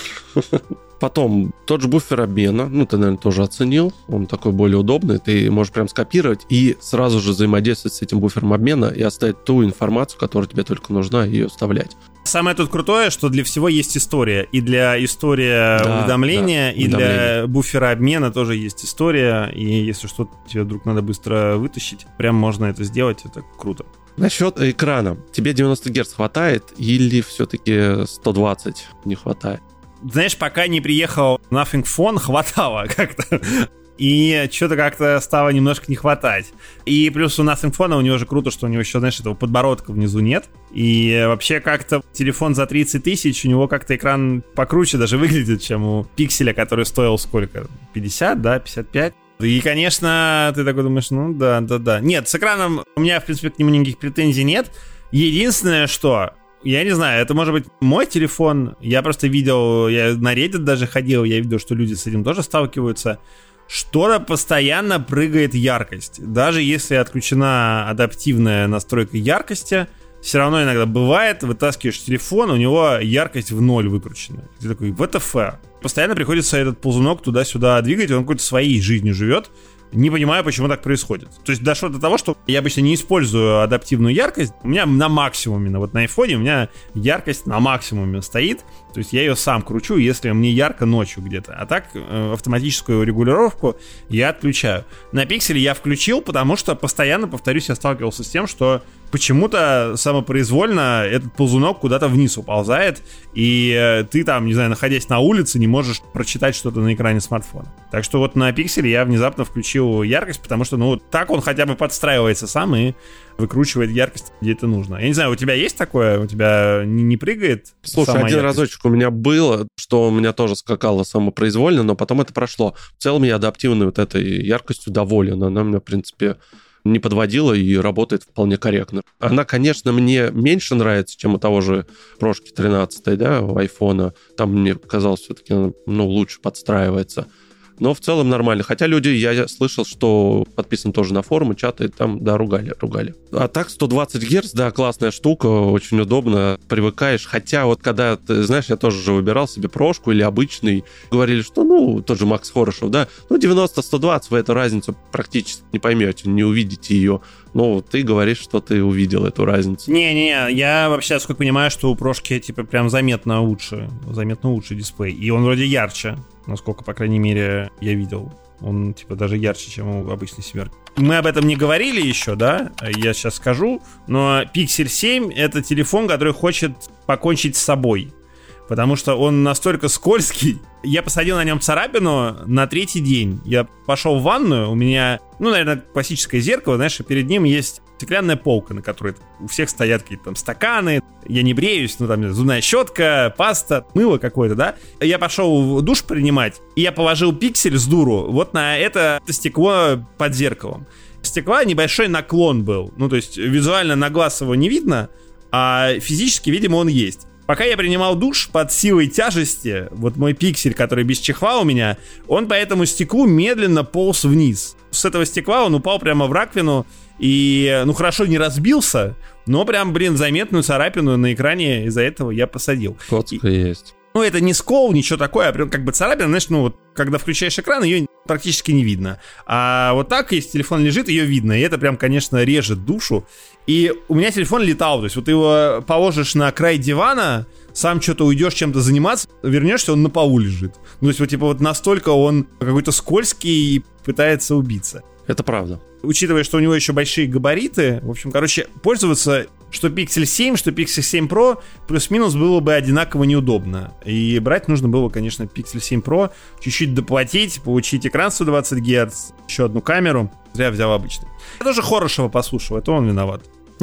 Потом, тот же буфер обмена, ты, наверное, тоже оценил, он такой более удобный, ты можешь прям скопировать и сразу же взаимодействовать с этим буфером обмена и оставить ту информацию, которая тебе только нужна, и ее вставлять. Самое тут крутое, что для всего есть история. И для истории уведомления, и для буфера обмена тоже есть история. И если что-то тебе вдруг надо быстро вытащить, прям можно это сделать, это круто. Насчет экрана. Тебе 90 Гц хватает или все-таки 120 не хватает? Знаешь, пока не приехал Nothing Phone, хватало как-то. И что-то как-то стало немножко не хватать. И плюс у Nothing Phone, у него же круто, что у него еще, знаешь, этого подбородка внизу нет. И вообще как-то телефон за 30 тысяч, у него как-то экран покруче даже выглядит, чем у Пикселя, который стоил сколько? 50, да? 55? И, конечно, ты такой думаешь, да. Нет, с экраном у меня, в принципе, к нему никаких претензий нет. Единственное, что... Я не знаю, это может быть мой телефон. Я просто видел, я на Reddit даже ходил, я видел, что люди с этим тоже сталкиваются. Что-то постоянно прыгает яркость. Даже если отключена адаптивная настройка яркости, все равно иногда бывает, вытаскиваешь телефон, у него яркость в 0 выкручена. Ты такой, WTF? Постоянно приходится этот ползунок туда-сюда двигать, он какой-то своей жизнью живет. Не понимаю, почему так происходит. То есть дошло до того, что я обычно не использую адаптивную яркость. У меня на максимуме, вот на айфоне у меня яркость на максимуме стоит. То есть я ее сам кручу, если мне ярко ночью где-то. А так автоматическую регулировку я отключаю. На пикселе я включил, потому что постоянно, повторюсь, я сталкивался с тем, что почему-то самопроизвольно этот ползунок куда-то вниз уползает, и ты там, не знаю, находясь на улице, не можешь прочитать что-то на экране смартфона. Так что вот на пикселе я внезапно включил яркость, потому что, ну, так он хотя бы подстраивается сам и выкручивает яркость, где это нужно. Я не знаю, у тебя есть такое? У тебя не прыгает? Слушай, один разочек у меня было, что у меня тоже скакало самопроизвольно, но потом это прошло. В целом я адаптивной вот этой яркостью доволен. Она меня, в принципе, не подводила и работает вполне корректно. Она, конечно, мне меньше нравится, чем у того же прошки 13, да, у айфона. Там мне казалось, все-таки она, ну, лучше подстраивается. Но в целом нормально. Хотя люди, я слышал, что подписан тоже на форумы, чаты, там, да, ругали. А так 120 Гц, да, классная штука, очень удобно, привыкаешь. Хотя вот когда, ты знаешь, я тоже же выбирал себе прошку или обычный, говорили, что, ну, тот же Макс Хорошев, да, ну, 90-120, вы эту разницу практически не поймете, не увидите ее. Ну, ты говоришь, что ты увидел эту разницу. Не-не-не, я вообще, насколько понимаю, что у прошки, типа, прям заметно лучше дисплей. И он вроде ярче, насколько, по крайней мере, я видел. Он, типа, даже ярче, чем у обычной семерки. Мы об этом не говорили еще, да? Я сейчас скажу. Но Pixel 7 — это телефон, который хочет покончить с собой. Потому что он настолько скользкий. Я посадил на нем царапину на 3-й день. Я пошел в ванную, у меня, ну, наверное, классическое зеркало, знаешь, и перед ним есть стеклянная полка, на которой у всех стоят какие-то там стаканы. Я не бреюсь, ну, там зубная щетка, паста, мыло какое-то, да. Я пошел в душ принимать, и я положил пиксель с дуру вот на это стекло под зеркалом. Стекла небольшой наклон был. Ну, то есть визуально на глаз его не видно, а физически, видимо, он есть. Пока я принимал душ, под силой тяжести, вот мой пиксель, который без чехла у меня, он по этому стеклу медленно полз вниз. С этого стекла он упал прямо в раковину и, ну, хорошо не разбился, но прям, заметную царапину на экране из-за этого я посадил. Коцка есть. Ну, это не скол, ничего такое, а прям как бы царапина, знаешь, ну, вот, когда включаешь экран, ее практически не видно. А вот так, если телефон лежит, ее видно, и это прям, конечно, режет душу. И у меня телефон летал, то есть вот ты его положишь на край дивана, сам что-то уйдешь чем-то заниматься, вернешься, он на полу лежит. Ну, то есть вот, типа, вот настолько он какой-то скользкий и пытается убиться. Это правда. Учитывая, что у него еще большие габариты, в общем, короче, пользоваться что Pixel 7, что Pixel 7 Pro плюс-минус было бы одинаково неудобно. И брать нужно было, конечно, Pixel 7 Pro, чуть-чуть доплатить, получить экран 120 Гц, еще одну камеру. Зря взял обычный. Я тоже Хорошего послушал, это он виноват.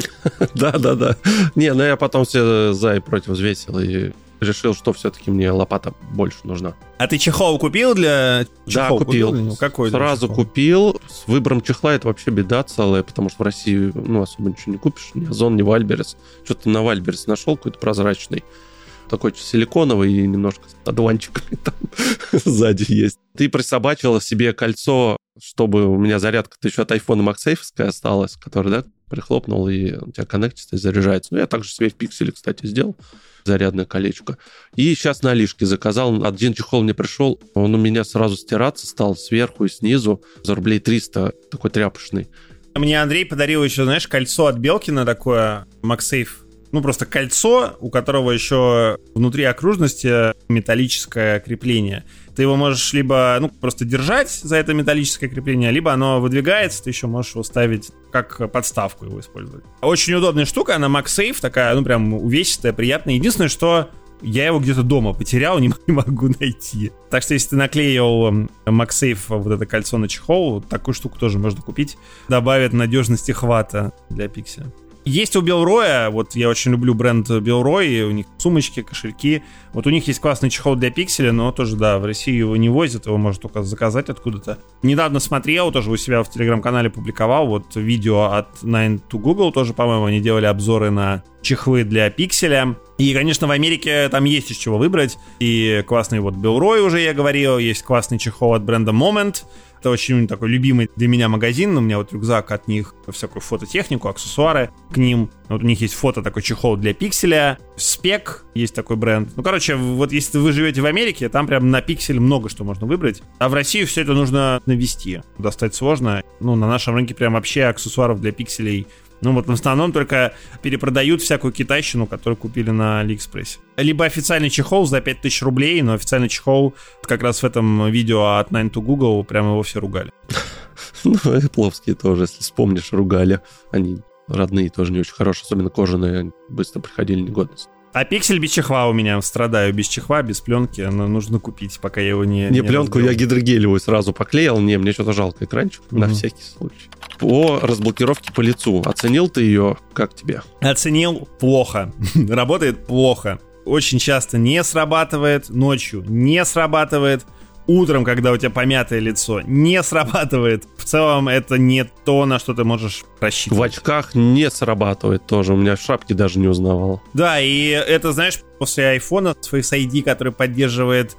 Да. Не, ну я потом все за и против взвесил и решил, что все-таки мне лопата больше нужна. А ты чехол купил для... Да, купил. Какой? Сразу купил. С выбором чехла это вообще беда целая, потому что в России, ну, особо ничего не купишь. Ни Озон, ни Вальберес. Что-то на Вальберес нашел какой-то прозрачный. Такой силиконовый и немножко с одуванчиками там сзади есть. Ты присобачила себе кольцо, чтобы у меня зарядка-то еще от iPhone MagSafe осталась, которая, да, прихлопнул, и у тебя коннектится и заряжается. Ну, я также себе в пикселе, кстати, сделал зарядное колечко. И сейчас на Алишке заказал. Один чехол мне пришел, он у меня сразу стираться стал сверху и снизу за рублей 300, такой тряпочный. Мне Андрей подарил еще, знаешь, кольцо от Белкина такое, MagSafe. Ну, просто кольцо, у которого еще внутри окружности металлическое крепление. Ты его можешь либо, ну, просто держать за это металлическое крепление, либо оно выдвигается, ты еще можешь его ставить как подставку, его использовать. Очень удобная штука, она MagSafe, такая, ну, прям увесистая, приятная. Единственное, что я его где-то дома потерял, не могу найти. Так что, если ты наклеил MagSafe вот это кольцо на чехол, такую штуку тоже можно купить. Добавит надежности хвата для пикселя. Есть у Белроя, вот я очень люблю бренд Белрой, у них сумочки, кошельки. Вот у них есть классный чехол для пикселя, но тоже, да, в Россию его не возят, его можно только заказать откуда-то. Недавно смотрел, тоже у себя в телеграм-канале публиковал, вот видео от 9to Google, тоже, по-моему, они делали обзоры на чехлы для пикселя. И, конечно, в Америке там есть из чего выбрать. И классный вот Белрой уже я говорил, есть классный чехол от бренда Moment. Это очень такой любимый для меня магазин. У меня вот рюкзак от них, всякую фототехнику, аксессуары к ним. Вот у них есть такой чехол для пикселя. Спек есть такой бренд. Ну, короче, вот если вы живете в Америке, там прям на пиксель много что можно выбрать. А в Россию все это нужно навести. Достать сложно. Ну, на нашем рынке прям вообще аксессуаров для пикселей. Ну вот в основном только перепродают всякую китайщину, которую купили на Алиэкспрессе. Либо официальный чехол за 5000 рублей, но официальный чехол как раз в этом видео от 9to Google прямо его все ругали. Ну, эппловские тоже, если вспомнишь, ругали. Они родные тоже не очень хорошие, особенно кожаные, они быстро приходили в негодность. А пиксель без чехла у меня, страдаю без чехла, без пленки, но нужно купить, пока я его не пленку разбил. Я гидрогелевую сразу поклеил, мне что-то жалко экранчик, на всякий случай. По разблокировке по лицу, оценил ты ее, как тебе? Оценил плохо, работает плохо, очень часто не срабатывает, ночью не срабатывает, утром, когда у тебя помятое лицо, не срабатывает. В целом, это не то, на что ты можешь рассчитывать. В очках не срабатывает тоже. У меня в шапке даже не узнавал. Да, и это, знаешь, после айфона с Face ID, который поддерживает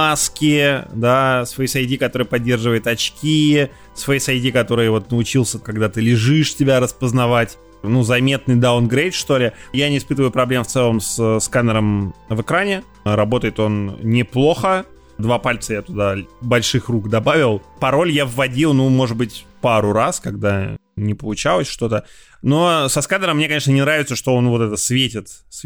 маски, да, с Face ID, который поддерживает очки, с Face ID, который вот научился, когда ты лежишь, тебя распознавать. Ну, заметный даунгрейд, что ли. Я не испытываю проблем в целом с сканером в экране. Работает он неплохо. 2 пальца я туда больших рук добавил. Пароль я вводил, ну, может быть, пару раз, когда не получалось что-то. Но со сканером мне, конечно, не нравится, что он вот это светит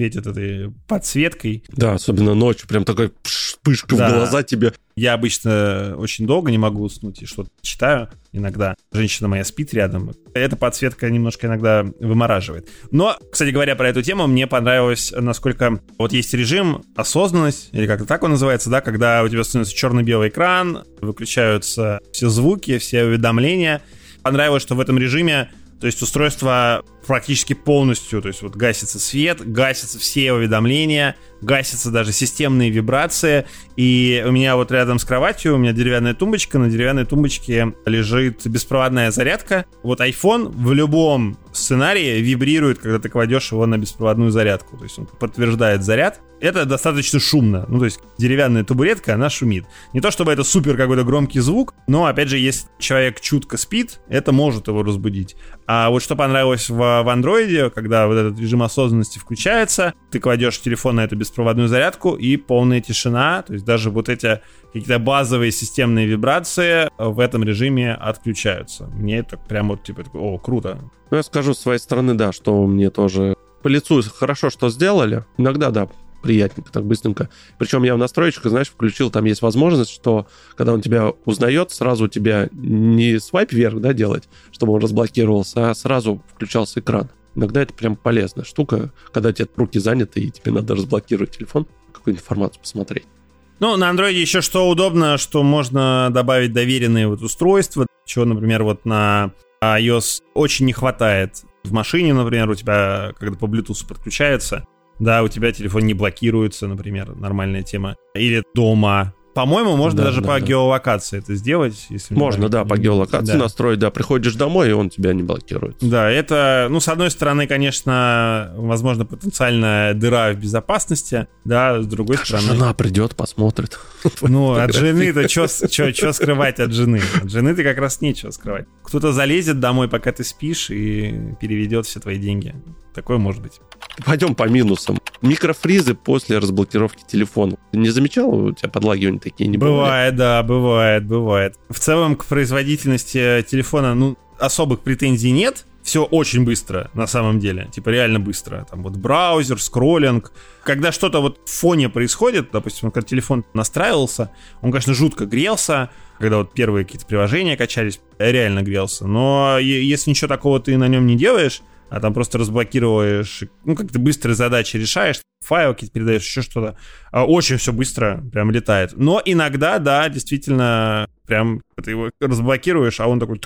этой подсветкой. Да, особенно ночью, прям такой вспышка в глаза тебе. Я обычно очень долго не могу уснуть и что-то читаю иногда. Женщина моя спит рядом. Эта подсветка немножко иногда вымораживает. Но, кстати говоря, про эту тему мне понравилось, насколько вот есть режим осознанность, или как-то так он называется, да, когда у тебя становится черно-белый экран, выключаются все звуки, все уведомления. Понравилось, что в этом режиме, то есть устройство практически полностью, то есть вот гасится свет, гасятся все уведомления, гасятся даже системные вибрации. И у меня вот рядом с кроватью у меня деревянная тумбочка, на деревянной тумбочке лежит беспроводная зарядка. Вот iPhone в любом сценарии вибрирует, когда ты кладешь его на беспроводную зарядку, то есть он подтверждает заряд. Это достаточно шумно, ну то есть деревянная табуретка, она шумит. Не то чтобы это супер какой-то громкий звук, но опять же, если человек чутко спит, это может его разбудить. А вот что понравилось в Android, когда вот этот режим осознанности включается, ты кладешь телефон на эту беспроводную зарядку и полная тишина, то есть даже вот эти какие-то базовые системные вибрации в этом режиме отключаются. Мне это прям вот типа, о, круто. Ну, я скажу с своей стороны, да, что мне тоже по лицу хорошо, что сделали. Иногда, да, приятненько, так быстренько. Причем я в настройках, знаешь, включил, там есть возможность, что когда он тебя узнает, сразу у тебя не свайп вверх, да, делать, чтобы он разблокировался, а сразу включался экран. Иногда это прям полезная штука, когда тебе руки заняты и тебе надо разблокировать телефон, какую-нибудь информацию посмотреть. Ну, на Android еще что удобно, что можно добавить доверенные вот устройства, чего, например, вот на iOS очень не хватает. В машине, например, у тебя, когда по Bluetooth подключается, да, у тебя телефон не блокируется, например, нормальная тема. Или дома. По-моему, можно даже по геолокации это сделать. Если можно, да, по геолокации настроить, да. Приходишь домой, и он тебя не блокирует. Да, это, ну, с одной стороны, конечно, возможно, потенциальная дыра в безопасности, да, с другой стороны... Жена придет, посмотрит. Ну, от жены-то что скрывать от жены? От жены-то как раз нечего скрывать. Кто-то залезет домой, пока ты спишь, и переведет все твои деньги. Такое может быть. Пойдем по минусам. Микрофризы после разблокировки телефона. Ты не замечал, у тебя подлагивания такие не бывали? Бывает, да, бывает. В целом, к производительности телефона, ну, особых претензий нет. Все очень быстро, на самом деле. Типа, реально быстро. Там вот браузер, скроллинг. Когда что-то вот в фоне происходит, допустим, когда телефон настраивался, он, конечно, жутко грелся. Когда вот первые какие-то приложения качались, реально грелся. Но если ничего такого ты на нем не делаешь, а там просто разблокируешь, ну, как-то быстрые задачи решаешь, файл какие-то передаешь, еще что-то. Очень все быстро прям летает. Но иногда, да, действительно, прям ты его разблокируешь, а он такой...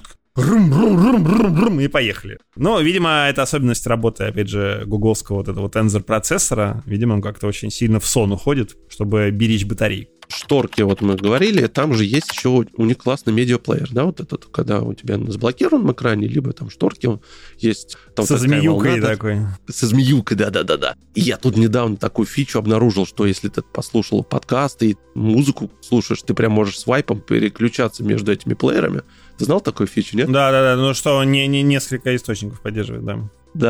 И поехали. Но, видимо, это особенность работы, опять же, гугловского вот этого Tensor процессора. Видимо, он как-то очень сильно в сон уходит, чтобы беречь батарейку. шторке, вот мы говорили, там же есть еще у них классный медиаплеер, да, вот этот, когда у тебя на заблокированном экране, либо там шторке он есть. Там со змеюкой такой. Со змеюкой, да-да-да. И я тут недавно такую фичу обнаружил, что если ты послушал подкаст и музыку слушаешь, ты прям можешь свайпом переключаться между этими плеерами. Ты знал такую фичу, нет? Да-да-да, ну что, он не несколько источников поддерживает, да.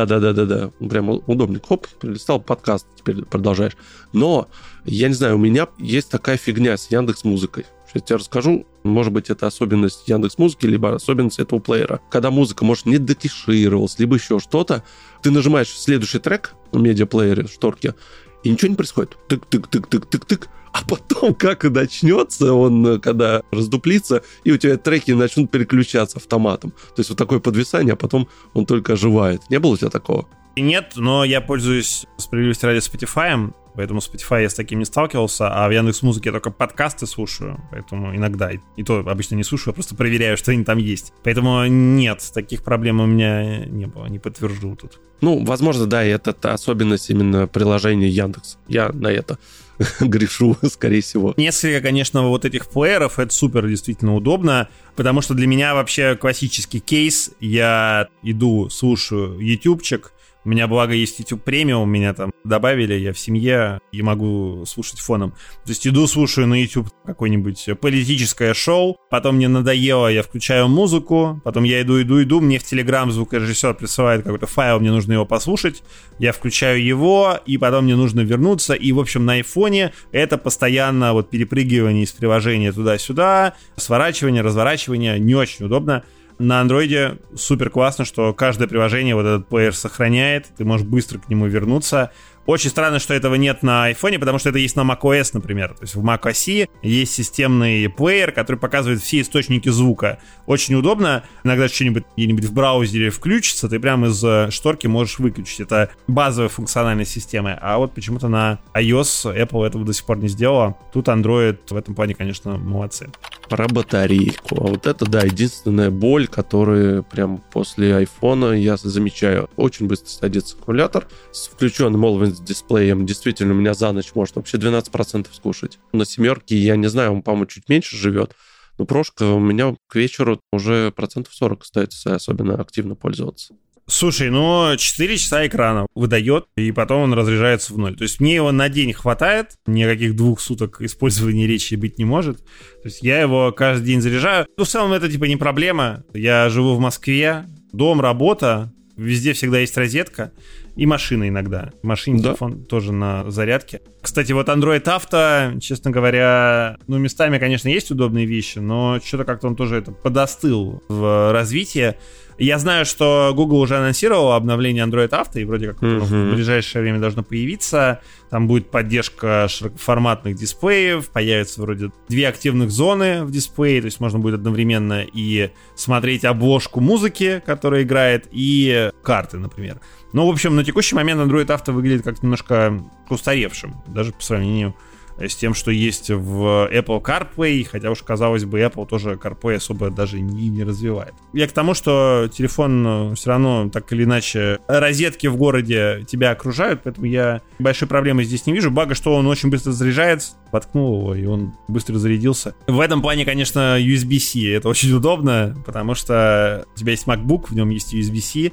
Да. Прям удобный. Хоп, перелистал подкаст, теперь продолжаешь. Но, я не знаю, у меня есть такая фигня с Яндекс.Музыкой. Сейчас я тебе расскажу. Может быть, это особенность Яндекс.Музыки, либо особенность этого плеера. Когда музыка, может, не докешировалась, либо еще что-то, ты нажимаешь следующий трек в медиаплеере, в шторке, и ничего не происходит. Тык-тык-тык-тык-тык-тык. А потом, как и начнется, он, когда раздуплится, и у тебя треки начнут переключаться автоматом. То есть вот такое подвисание, а потом он только оживает. Не было у тебя такого? Нет, но я пользуюсь, справедливости ради, Spotify, поэтому Spotify я с таким не сталкивался, а в Яндекс.Музыке я только подкасты слушаю, поэтому иногда, и то обычно не слушаю, а просто проверяю, что они там есть. Поэтому нет, таких проблем у меня не было, не подтвержу тут. Ну, возможно, да, и это особенность именно приложения Яндекс. Я на это грешу, скорее всего. Несколько, конечно, вот этих плееров, это супер действительно удобно, потому что для меня вообще классический кейс, я иду, слушаю ютубчик, у меня, благо, есть YouTube премиум, меня там добавили, я в семье и могу слушать фоном. То есть иду, слушаю на YouTube какое-нибудь политическое шоу, потом мне надоело, я включаю музыку, потом я иду, мне в Telegram звукорежиссер присылает какой-то файл, мне нужно его послушать, я включаю его, и потом мне нужно вернуться, и, в общем, на айфоне это постоянно вот перепрыгивание из приложения туда-сюда, сворачивание, разворачивание, не очень удобно. На андроиде супер классно, что каждое приложение вот этот плеер сохраняет, ты можешь быстро к нему вернуться. Очень странно, что этого нет на айфоне, потому что это есть на macOS, например. То есть в macOS есть системный плеер, который показывает все источники звука. Очень удобно. Иногда что-нибудь где-нибудь в браузере включится, ты прямо из шторки можешь выключить. Это базовая функциональность системы. А вот почему-то на iOS Apple этого до сих пор не сделала. Тут Android в этом плане, конечно, молодцы. Про батарейку. А вот это, да, единственная боль, которую прям после айфона я замечаю. Очень быстро садится аккумулятор с включенным Always дисплеем. Действительно, у меня за ночь может вообще 12% скушать. На семерке, я не знаю, он, по-моему, чуть меньше живет, но прошка у меня к вечеру уже 40% остается, особенно активно пользоваться. Слушай, ну 4 часа экрана выдает, и потом он разряжается в ноль. То есть мне его на день хватает, никаких 2 суток использования речи быть не может. То есть я его каждый день заряжаю. Ну, в целом это типа не проблема. Я живу в Москве, дом, работа, везде всегда есть розетка. И машина иногда. В машине да. Телефон тоже на зарядке. Кстати, вот Android Auto, честно говоря, ну, местами, конечно, есть удобные вещи, но что-то как-то он тоже это подостыл в развитии. Я знаю, что Google уже анонсировал обновление Android Auto, и вроде как в ближайшее время должно появиться. Там будет поддержка широкоформатных дисплеев, появится вроде 2 активных зоны в дисплее, то есть можно будет одновременно и смотреть обложку музыки, которая играет, и карты, например. Ну, в общем, на текущий момент Android Auto выглядит как немножко устаревшим, даже по сравнению с тем, что есть в Apple CarPlay, хотя уж, казалось бы, Apple тоже CarPlay особо даже не развивает. Я к тому, что телефон все равно, так или иначе, розетки в городе тебя окружают, поэтому я большой проблемы здесь не вижу. Благо, что он очень быстро заряжается, воткнул его, и он быстро зарядился. В этом плане, конечно, USB-C, это очень удобно, потому что у тебя есть MacBook, в нем есть USB-C,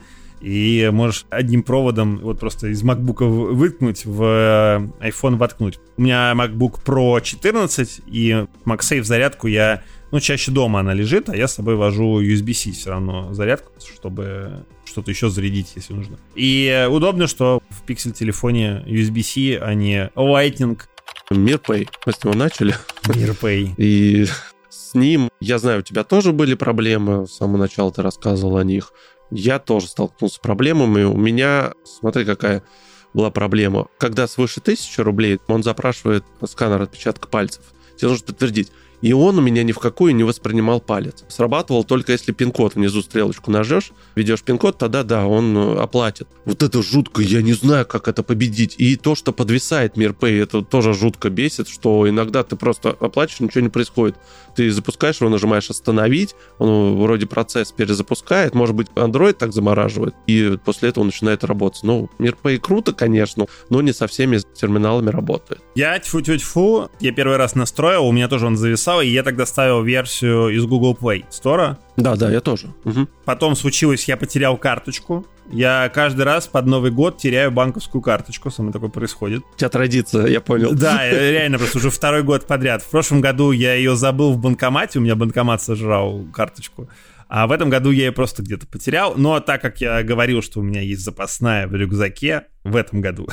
и можешь одним проводом вот просто из MacBook выткнуть, в iPhone воткнуть. У меня MacBook Pro 14, и MagSafe зарядку я, ну, чаще дома она лежит, а я с собой вожу USB-C все равно зарядку, чтобы что-то еще зарядить, если нужно. И удобно, что в Pixel телефоне USB-C, а не Lightning. MirPay, мы с него начали. MirPay. И с ним, я знаю, у тебя тоже были проблемы, с самого начала ты рассказывал о них. Я тоже столкнулся с проблемами. У меня, смотри, какая была проблема. Когда свыше 1000 рублей, он запрашивает сканер отпечатка пальцев. Тебе нужно подтвердить. и он у меня ни в какую не воспринимал палец. Срабатывал только если пин-код внизу стрелочку нажмешь, введешь пин-код, тогда да, он оплатит. Вот это жутко, я не знаю, как это победить. И то, что подвисает MirPay, это тоже жутко бесит, что иногда ты просто оплачиваешь, ничего не происходит. Ты запускаешь его, нажимаешь «Остановить», он вроде процесс перезапускает, может быть, Android так замораживает, и после этого начинает работать. Ну, MirPay круто, конечно, но не со всеми терминалами работает. Я тьфу-тьфу-тьфу, я первый раз настроил, у меня тоже он зависал, и я тогда ставил версию из Google Play Store. Да, я тоже. Угу. Потом случилось, я потерял карточку. Я каждый раз под Новый год теряю банковскую карточку, со мной такое происходит. У тебя традиция, я понял. Да, реально, просто уже второй год подряд. В прошлом году я ее забыл в банкомате, у меня банкомат сожрал карточку. А в этом году я ее просто где-то потерял. Но так как я говорил, что у меня есть запасная в рюкзаке, в этом году,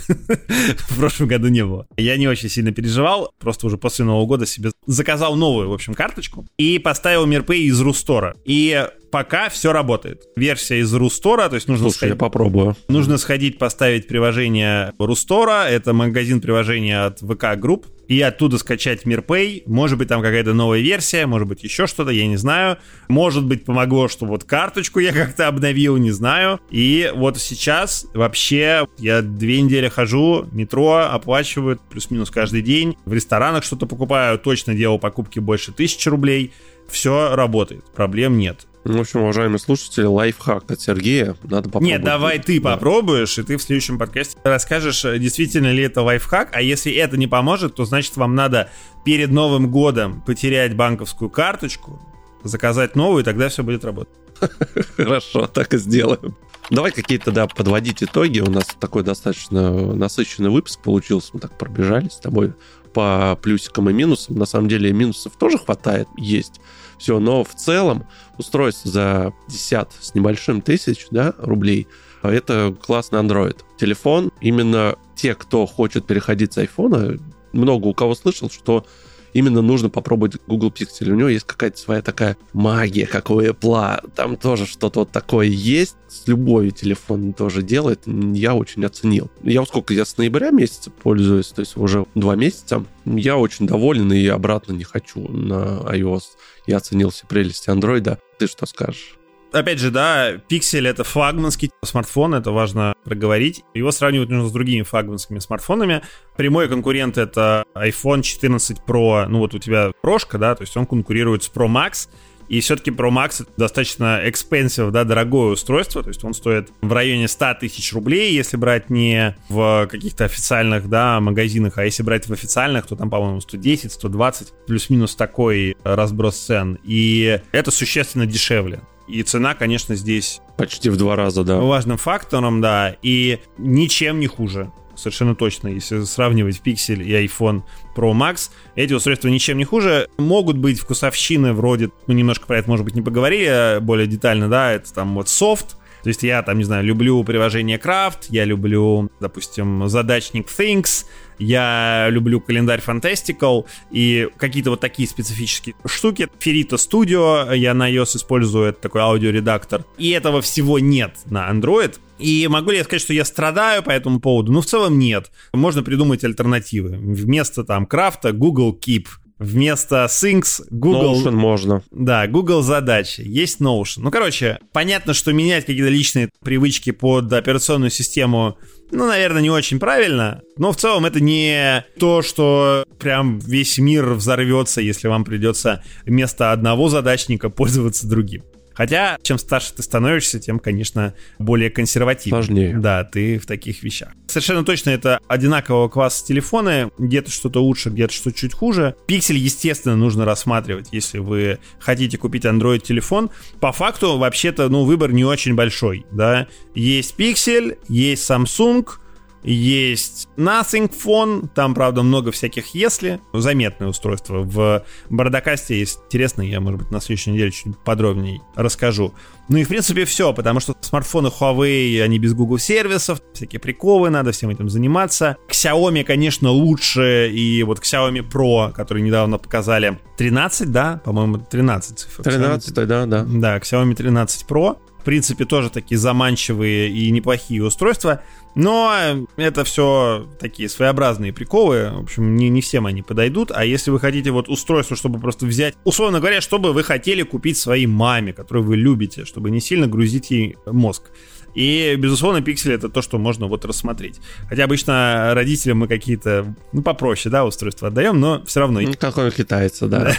в прошлом году не было, я не очень сильно переживал. Просто уже после Нового года себе заказал новую, в общем, карточку и поставил MirPay из Рустора. И пока все работает. Версия из Рустора, то есть нужно я попробую. Нужно сходить, поставить приложение Рустора. Это магазин приложения от ВК Групп. И оттуда скачать MirPay. Может быть, там какая-то новая версия, может быть, еще что-то, я не знаю. Может быть, помогло, что вот карточку я как-то обновил, не знаю. И вот сейчас вообще я 2 недели хожу, метро оплачиваю плюс-минус каждый день. В ресторанах что-то покупаю, точно делал покупки больше 1000 рублей. Все работает, проблем нет. В общем, уважаемые слушатели, лайфхак от Сергея. Надо попробовать. Нет, давай ты попробуешь, и ты в следующем подкасте расскажешь, действительно ли это лайфхак. А если это не поможет, то значит вам надо перед Новым годом потерять банковскую карточку, заказать новую, и тогда все будет работать. Хорошо, так и сделаем. Давай какие-то, подводить итоги. У нас такой достаточно насыщенный выпуск получился. Мы так пробежались с тобой по плюсикам и минусам. На самом деле минусов тоже хватает, есть. Все, но в целом устройство за 50 с небольшим тысяч рублей, это классный Android. Телефон, именно те, кто хочет переходить с айфона, много у кого слышал, что именно нужно попробовать Google Pixel. У него есть какая-то своя такая магия, как у Apple. Там тоже что-то вот такое есть. С любовью телефон тоже делает. Я очень оценил. Я с ноября месяца пользуюсь, то есть уже 2 месяца. Я очень доволен и обратно не хочу на iOS. Я оценил все прелести Android. Ты что скажешь? Опять же, Pixel — это флагманский смартфон, это важно проговорить. Его сравнивать нужно с другими флагманскими смартфонами. Прямой конкурент — это iPhone 14 Pro, вот у тебя прошка, то есть он конкурирует с Pro Max. И все-таки Pro Max — это достаточно expensive, дорогое устройство, то есть он стоит в районе 100 тысяч рублей, если брать не в каких-то официальных, магазинах, а если брать в официальных, то там, по-моему, 110, 120, плюс-минус такой разброс цен. И это существенно дешевле. И цена, конечно, здесь почти в 2 раза, важным фактором, и ничем не хуже. Совершенно точно, если сравнивать Pixel и iPhone Pro Max, эти устройства ничем не хуже. Могут быть вкусовщины вроде, мы немножко про это, может быть, не поговорили более детально, это там софт. То есть я люблю приложение Craft, я люблю, допустим, задачник Things, я люблю календарь Fantastical и какие-то вот такие специфические штуки. Ferrito Studio я на iOS использую, это такой аудиоредактор. И этого всего нет на Android. И могу ли я сказать, что я страдаю по этому поводу? В целом нет. Можно придумать альтернативы. Вместо Craft Google Keep. Вместо Things Google... Notion можно. Да, Google задачи. Есть Notion. Понятно, что менять какие-то личные привычки под операционную систему, наверное, не очень правильно. Но в целом это не то, что прям весь мир взорвется, если вам придется вместо одного задачника пользоваться другим. Хотя, чем старше ты становишься, тем, конечно, более консервативнее. Сложнее. Да, ты в таких вещах. Совершенно точно это одинакового класса телефоны. Где-то что-то лучше, где-то что-то чуть хуже. Пиксель, естественно, нужно рассматривать, если вы хотите купить Android-телефон. По факту, вообще-то, выбор не очень большой. Есть Pixel, есть Samsung, есть Nothing Phone, там, правда, много всяких «если». Заметное устройство. В Бардакасте есть интересно, я, может быть, на следующей неделе чуть подробнее расскажу. И, в принципе, все, потому что смартфоны Huawei, они без Google сервисов, всякие приколы, надо всем этим заниматься. Xiaomi, конечно, лучше, и вот Xiaomi Pro, который недавно показали, 13, по-моему, 13 цифр. 13, да. Да, Xiaomi 13 Pro. в принципе, тоже такие заманчивые и неплохие устройства. Но это все такие своеобразные приколы. В общем, не всем они подойдут. А если вы хотите вот устройство, чтобы просто взять, условно говоря, чтобы вы хотели купить своей маме, которую вы любите, чтобы не сильно грузить ей мозг. И, безусловно, Pixel — это то, что можно вот рассмотреть. Хотя обычно родителям мы какие-то, попроще, да, устройства отдаем, но все равно... Какой китайца, да.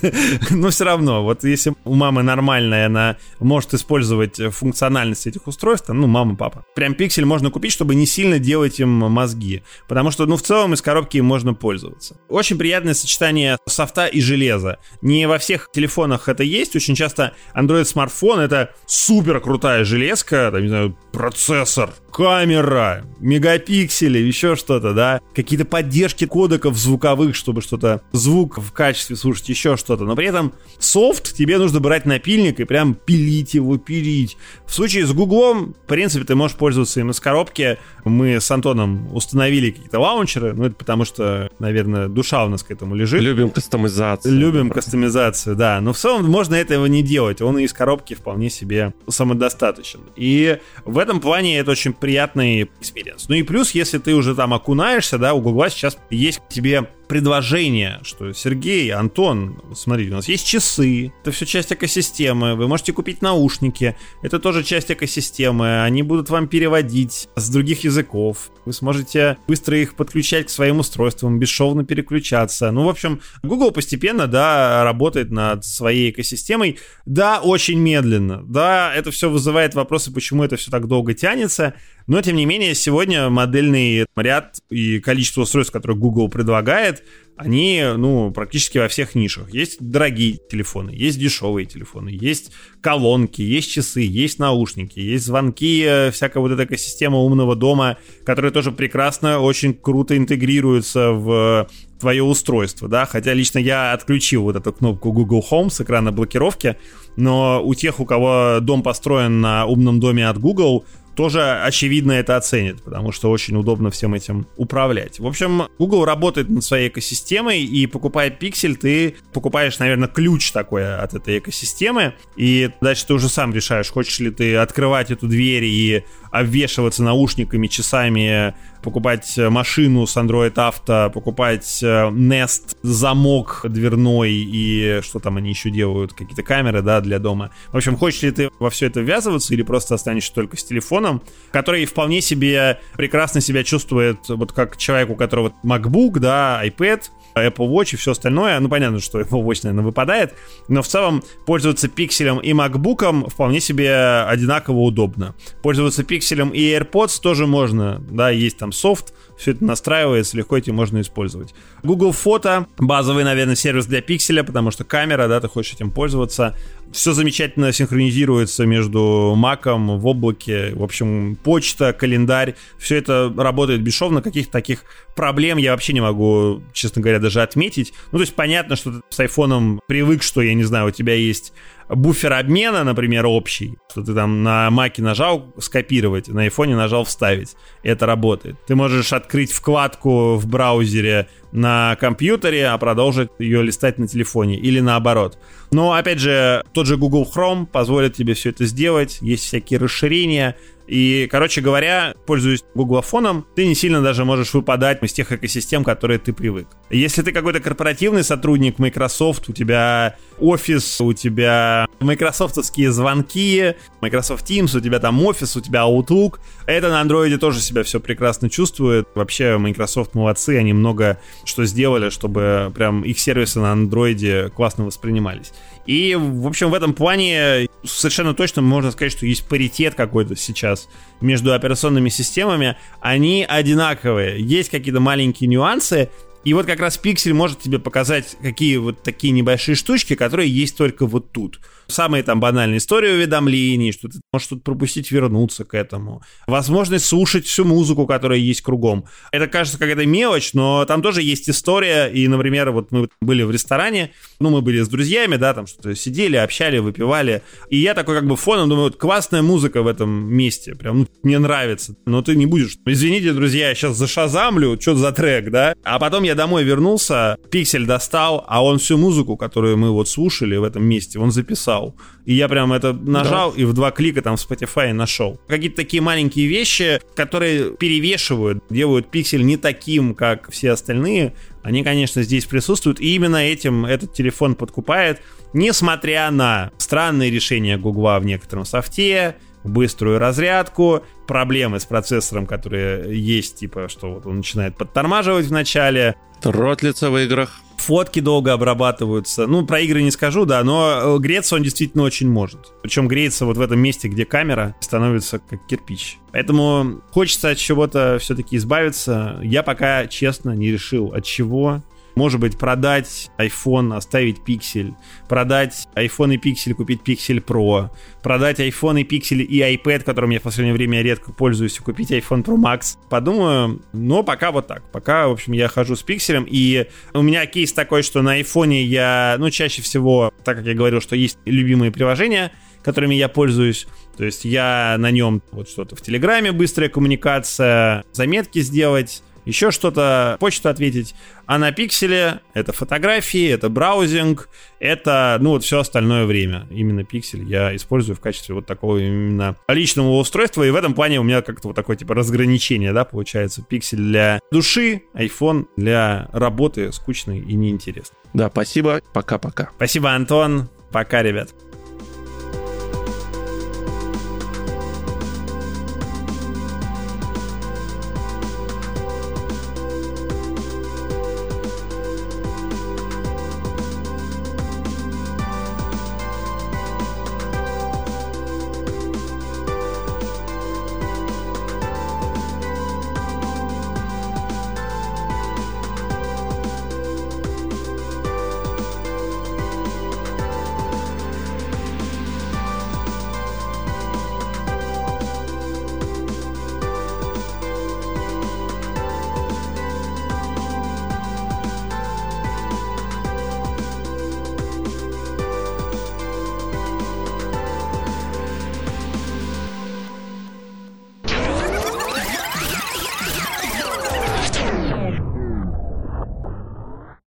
Но все равно, вот если у мамы нормальная, она может использовать функциональность этих устройств, мама, папа. Прям Pixel можно купить, чтобы не сильно делать им мозги. Потому что, в целом из коробки им можно пользоваться. Очень приятное сочетание софта и железа. Не во всех телефонах это есть. Очень часто Android-смартфон — это супер крутая железка, там, не знаю, процессор, камера, мегапиксели, еще что-то, да, какие-то поддержки кодеков звуковых, чтобы что-то, звук в качестве слушать, еще что-то, но при этом софт тебе нужно брать напильник и прям пилить его, пилить. В случае с Гуглом, в принципе, ты можешь пользоваться им из коробки. Мы с Антоном установили какие-то лаунчеры, это потому что, наверное, душа у нас к этому лежит. Любим кастомизацию. Любим кастомизацию, да, но в целом можно этого не делать, он из коробки вполне себе самодостаточен. И в этом плане это очень приятный экспириенс. Ну и плюс, если ты уже там окунаешься, да, у Гугла сейчас есть к тебе предложение, что Сергей, Антон, смотрите, у нас есть часы, это все часть экосистемы, вы можете купить наушники, это тоже часть экосистемы, они будут вам переводить с других языков, вы сможете быстро их подключать к своим устройствам, бесшовно переключаться. В общем, Google постепенно, да, работает над своей экосистемой, да, очень медленно, да, это все вызывает вопросы, почему это все так долго тянется, но, тем не менее, сегодня модельный ряд и количество устройств, которые Google предлагает, они, практически во всех нишах. Есть дорогие телефоны, есть дешевые телефоны, есть колонки, есть часы, есть наушники, есть звонки, всякая вот эта экосистема умного дома, которая тоже прекрасно, очень круто интегрируется в твое устройство, да, хотя лично я отключил вот эту кнопку Google Home с экрана блокировки, но у тех, у кого дом построен на умном доме от Google, тоже, очевидно, это оценит, потому что очень удобно всем этим управлять. В общем, Google работает над своей экосистемой, и покупая Pixel, ты покупаешь, наверное, ключ такой от этой экосистемы, и дальше ты уже сам решаешь, хочешь ли ты открывать эту дверь и обвешиваться наушниками, часами, покупать машину с Android Auto, покупать Nest, замок дверной и что там они еще делают, какие-то камеры, да, для дома. В общем, хочешь ли ты во все это ввязываться или просто останешься только с телефоном, который вполне себе прекрасно себя чувствует, вот как человек, у которого MacBook, да, iPad, Apple Watch и все остальное. Понятно, что Apple Watch, наверное, выпадает, но в целом пользоваться пикселем и MacBook'ом вполне себе одинаково удобно. Пользоваться пикселем и AirPods тоже можно, да, есть там софт, все это настраивается, легко этим можно использовать. Google Фото, базовый, наверное, сервис для пикселя, потому что камера, да, ты хочешь этим пользоваться. Все замечательно синхронизируется между Mac'ом, в облаке, в общем, почта, календарь, все это работает бесшовно, каких-то таких проблем я вообще не могу, честно говоря, даже отметить. То есть понятно, что ты с айфоном привык, что, я не знаю, у тебя есть буфер обмена, например, общий, что ты там на Mac'е нажал скопировать, на айфоне нажал вставить, это работает. Ты можешь открыть вкладку в браузере на компьютере, а продолжить ее листать на телефоне, или наоборот. Но, опять же, тот же Google Chrome позволит тебе все это сделать, есть всякие расширения. И, короче говоря, пользуясь гуглофоном, ты не сильно даже можешь выпадать из тех экосистем, которые ты привык. Если ты какой-то корпоративный сотрудник Microsoft, у тебя офис, у тебя майкрософтовские звонки, Microsoft Teams, у тебя там офис, у тебя Outlook, это на андроиде тоже себя все прекрасно чувствует. Вообще, Microsoft молодцы, они много что сделали, чтобы прям их сервисы на андроиде классно воспринимались. И, в общем, в этом плане совершенно точно можно сказать, что есть паритет какой-то сейчас между операционными системами. Они одинаковые. Есть какие-то маленькие нюансы. И вот как раз Pixel может тебе показать какие вот такие небольшие штучки, которые есть только вот тут. Самые там банальные истории уведомлений, что ты можешь тут пропустить, вернуться к этому. Возможность слушать всю музыку, которая есть кругом. Это кажется какая-то мелочь, но там тоже есть история. И, например, вот мы были в ресторане, мы были с друзьями, да, там что-то сидели, общали, выпивали. И я такой как бы фоном думаю, вот классная музыка в этом месте, прям мне нравится. Но ты не будешь, извините, друзья, я сейчас зашазамлю, что за трек, да? А потом я я домой вернулся, Pixel достал, а он всю музыку, которую мы вот слушали в этом месте, он записал. И я прям это нажал, и в 2 клика там в Spotify нашел. Какие-то такие маленькие вещи, которые перевешивают, делают Pixel не таким, как все остальные, они, конечно, здесь присутствуют. И именно этим этот телефон подкупает, несмотря на странные решения Гугла в некотором софте, быструю разрядку, проблемы с процессором, которые есть, типа, что вот он начинает подтормаживать в начале. Тротлится в играх. Фотки долго обрабатываются. Ну, про игры не скажу, да, но греться он действительно очень может. Причем греется вот в этом месте, где камера становится как кирпич. Поэтому хочется от чего-то все-таки избавиться. Я пока, честно, не решил, от чего. Может быть, продать iPhone, оставить Pixel, продать iPhone и Pixel, купить Pixel Pro, продать iPhone и Pixel и iPad, которым я в последнее время редко пользуюсь, и купить iPhone Pro Max. Подумаю, но пока вот так. Пока, в общем, я хожу с Pixel, и у меня кейс такой, что на iPhone я, чаще всего, так как я говорил, что есть любимые приложения, которыми я пользуюсь. То есть я на нем вот что-то в Телеграме, быстрая коммуникация, заметки сделать, еще что-то, почту ответить. А на Пикселе это фотографии, это браузинг, это, вот все остальное время. Именно Пиксель я использую в качестве вот такого именно личного устройства. И в этом плане у меня как-то вот такое типа разграничение, да, получается. Пиксель для души, iPhone для работы скучный и неинтересный. Да, спасибо. Пока-пока. Спасибо, Антон. Пока, ребят.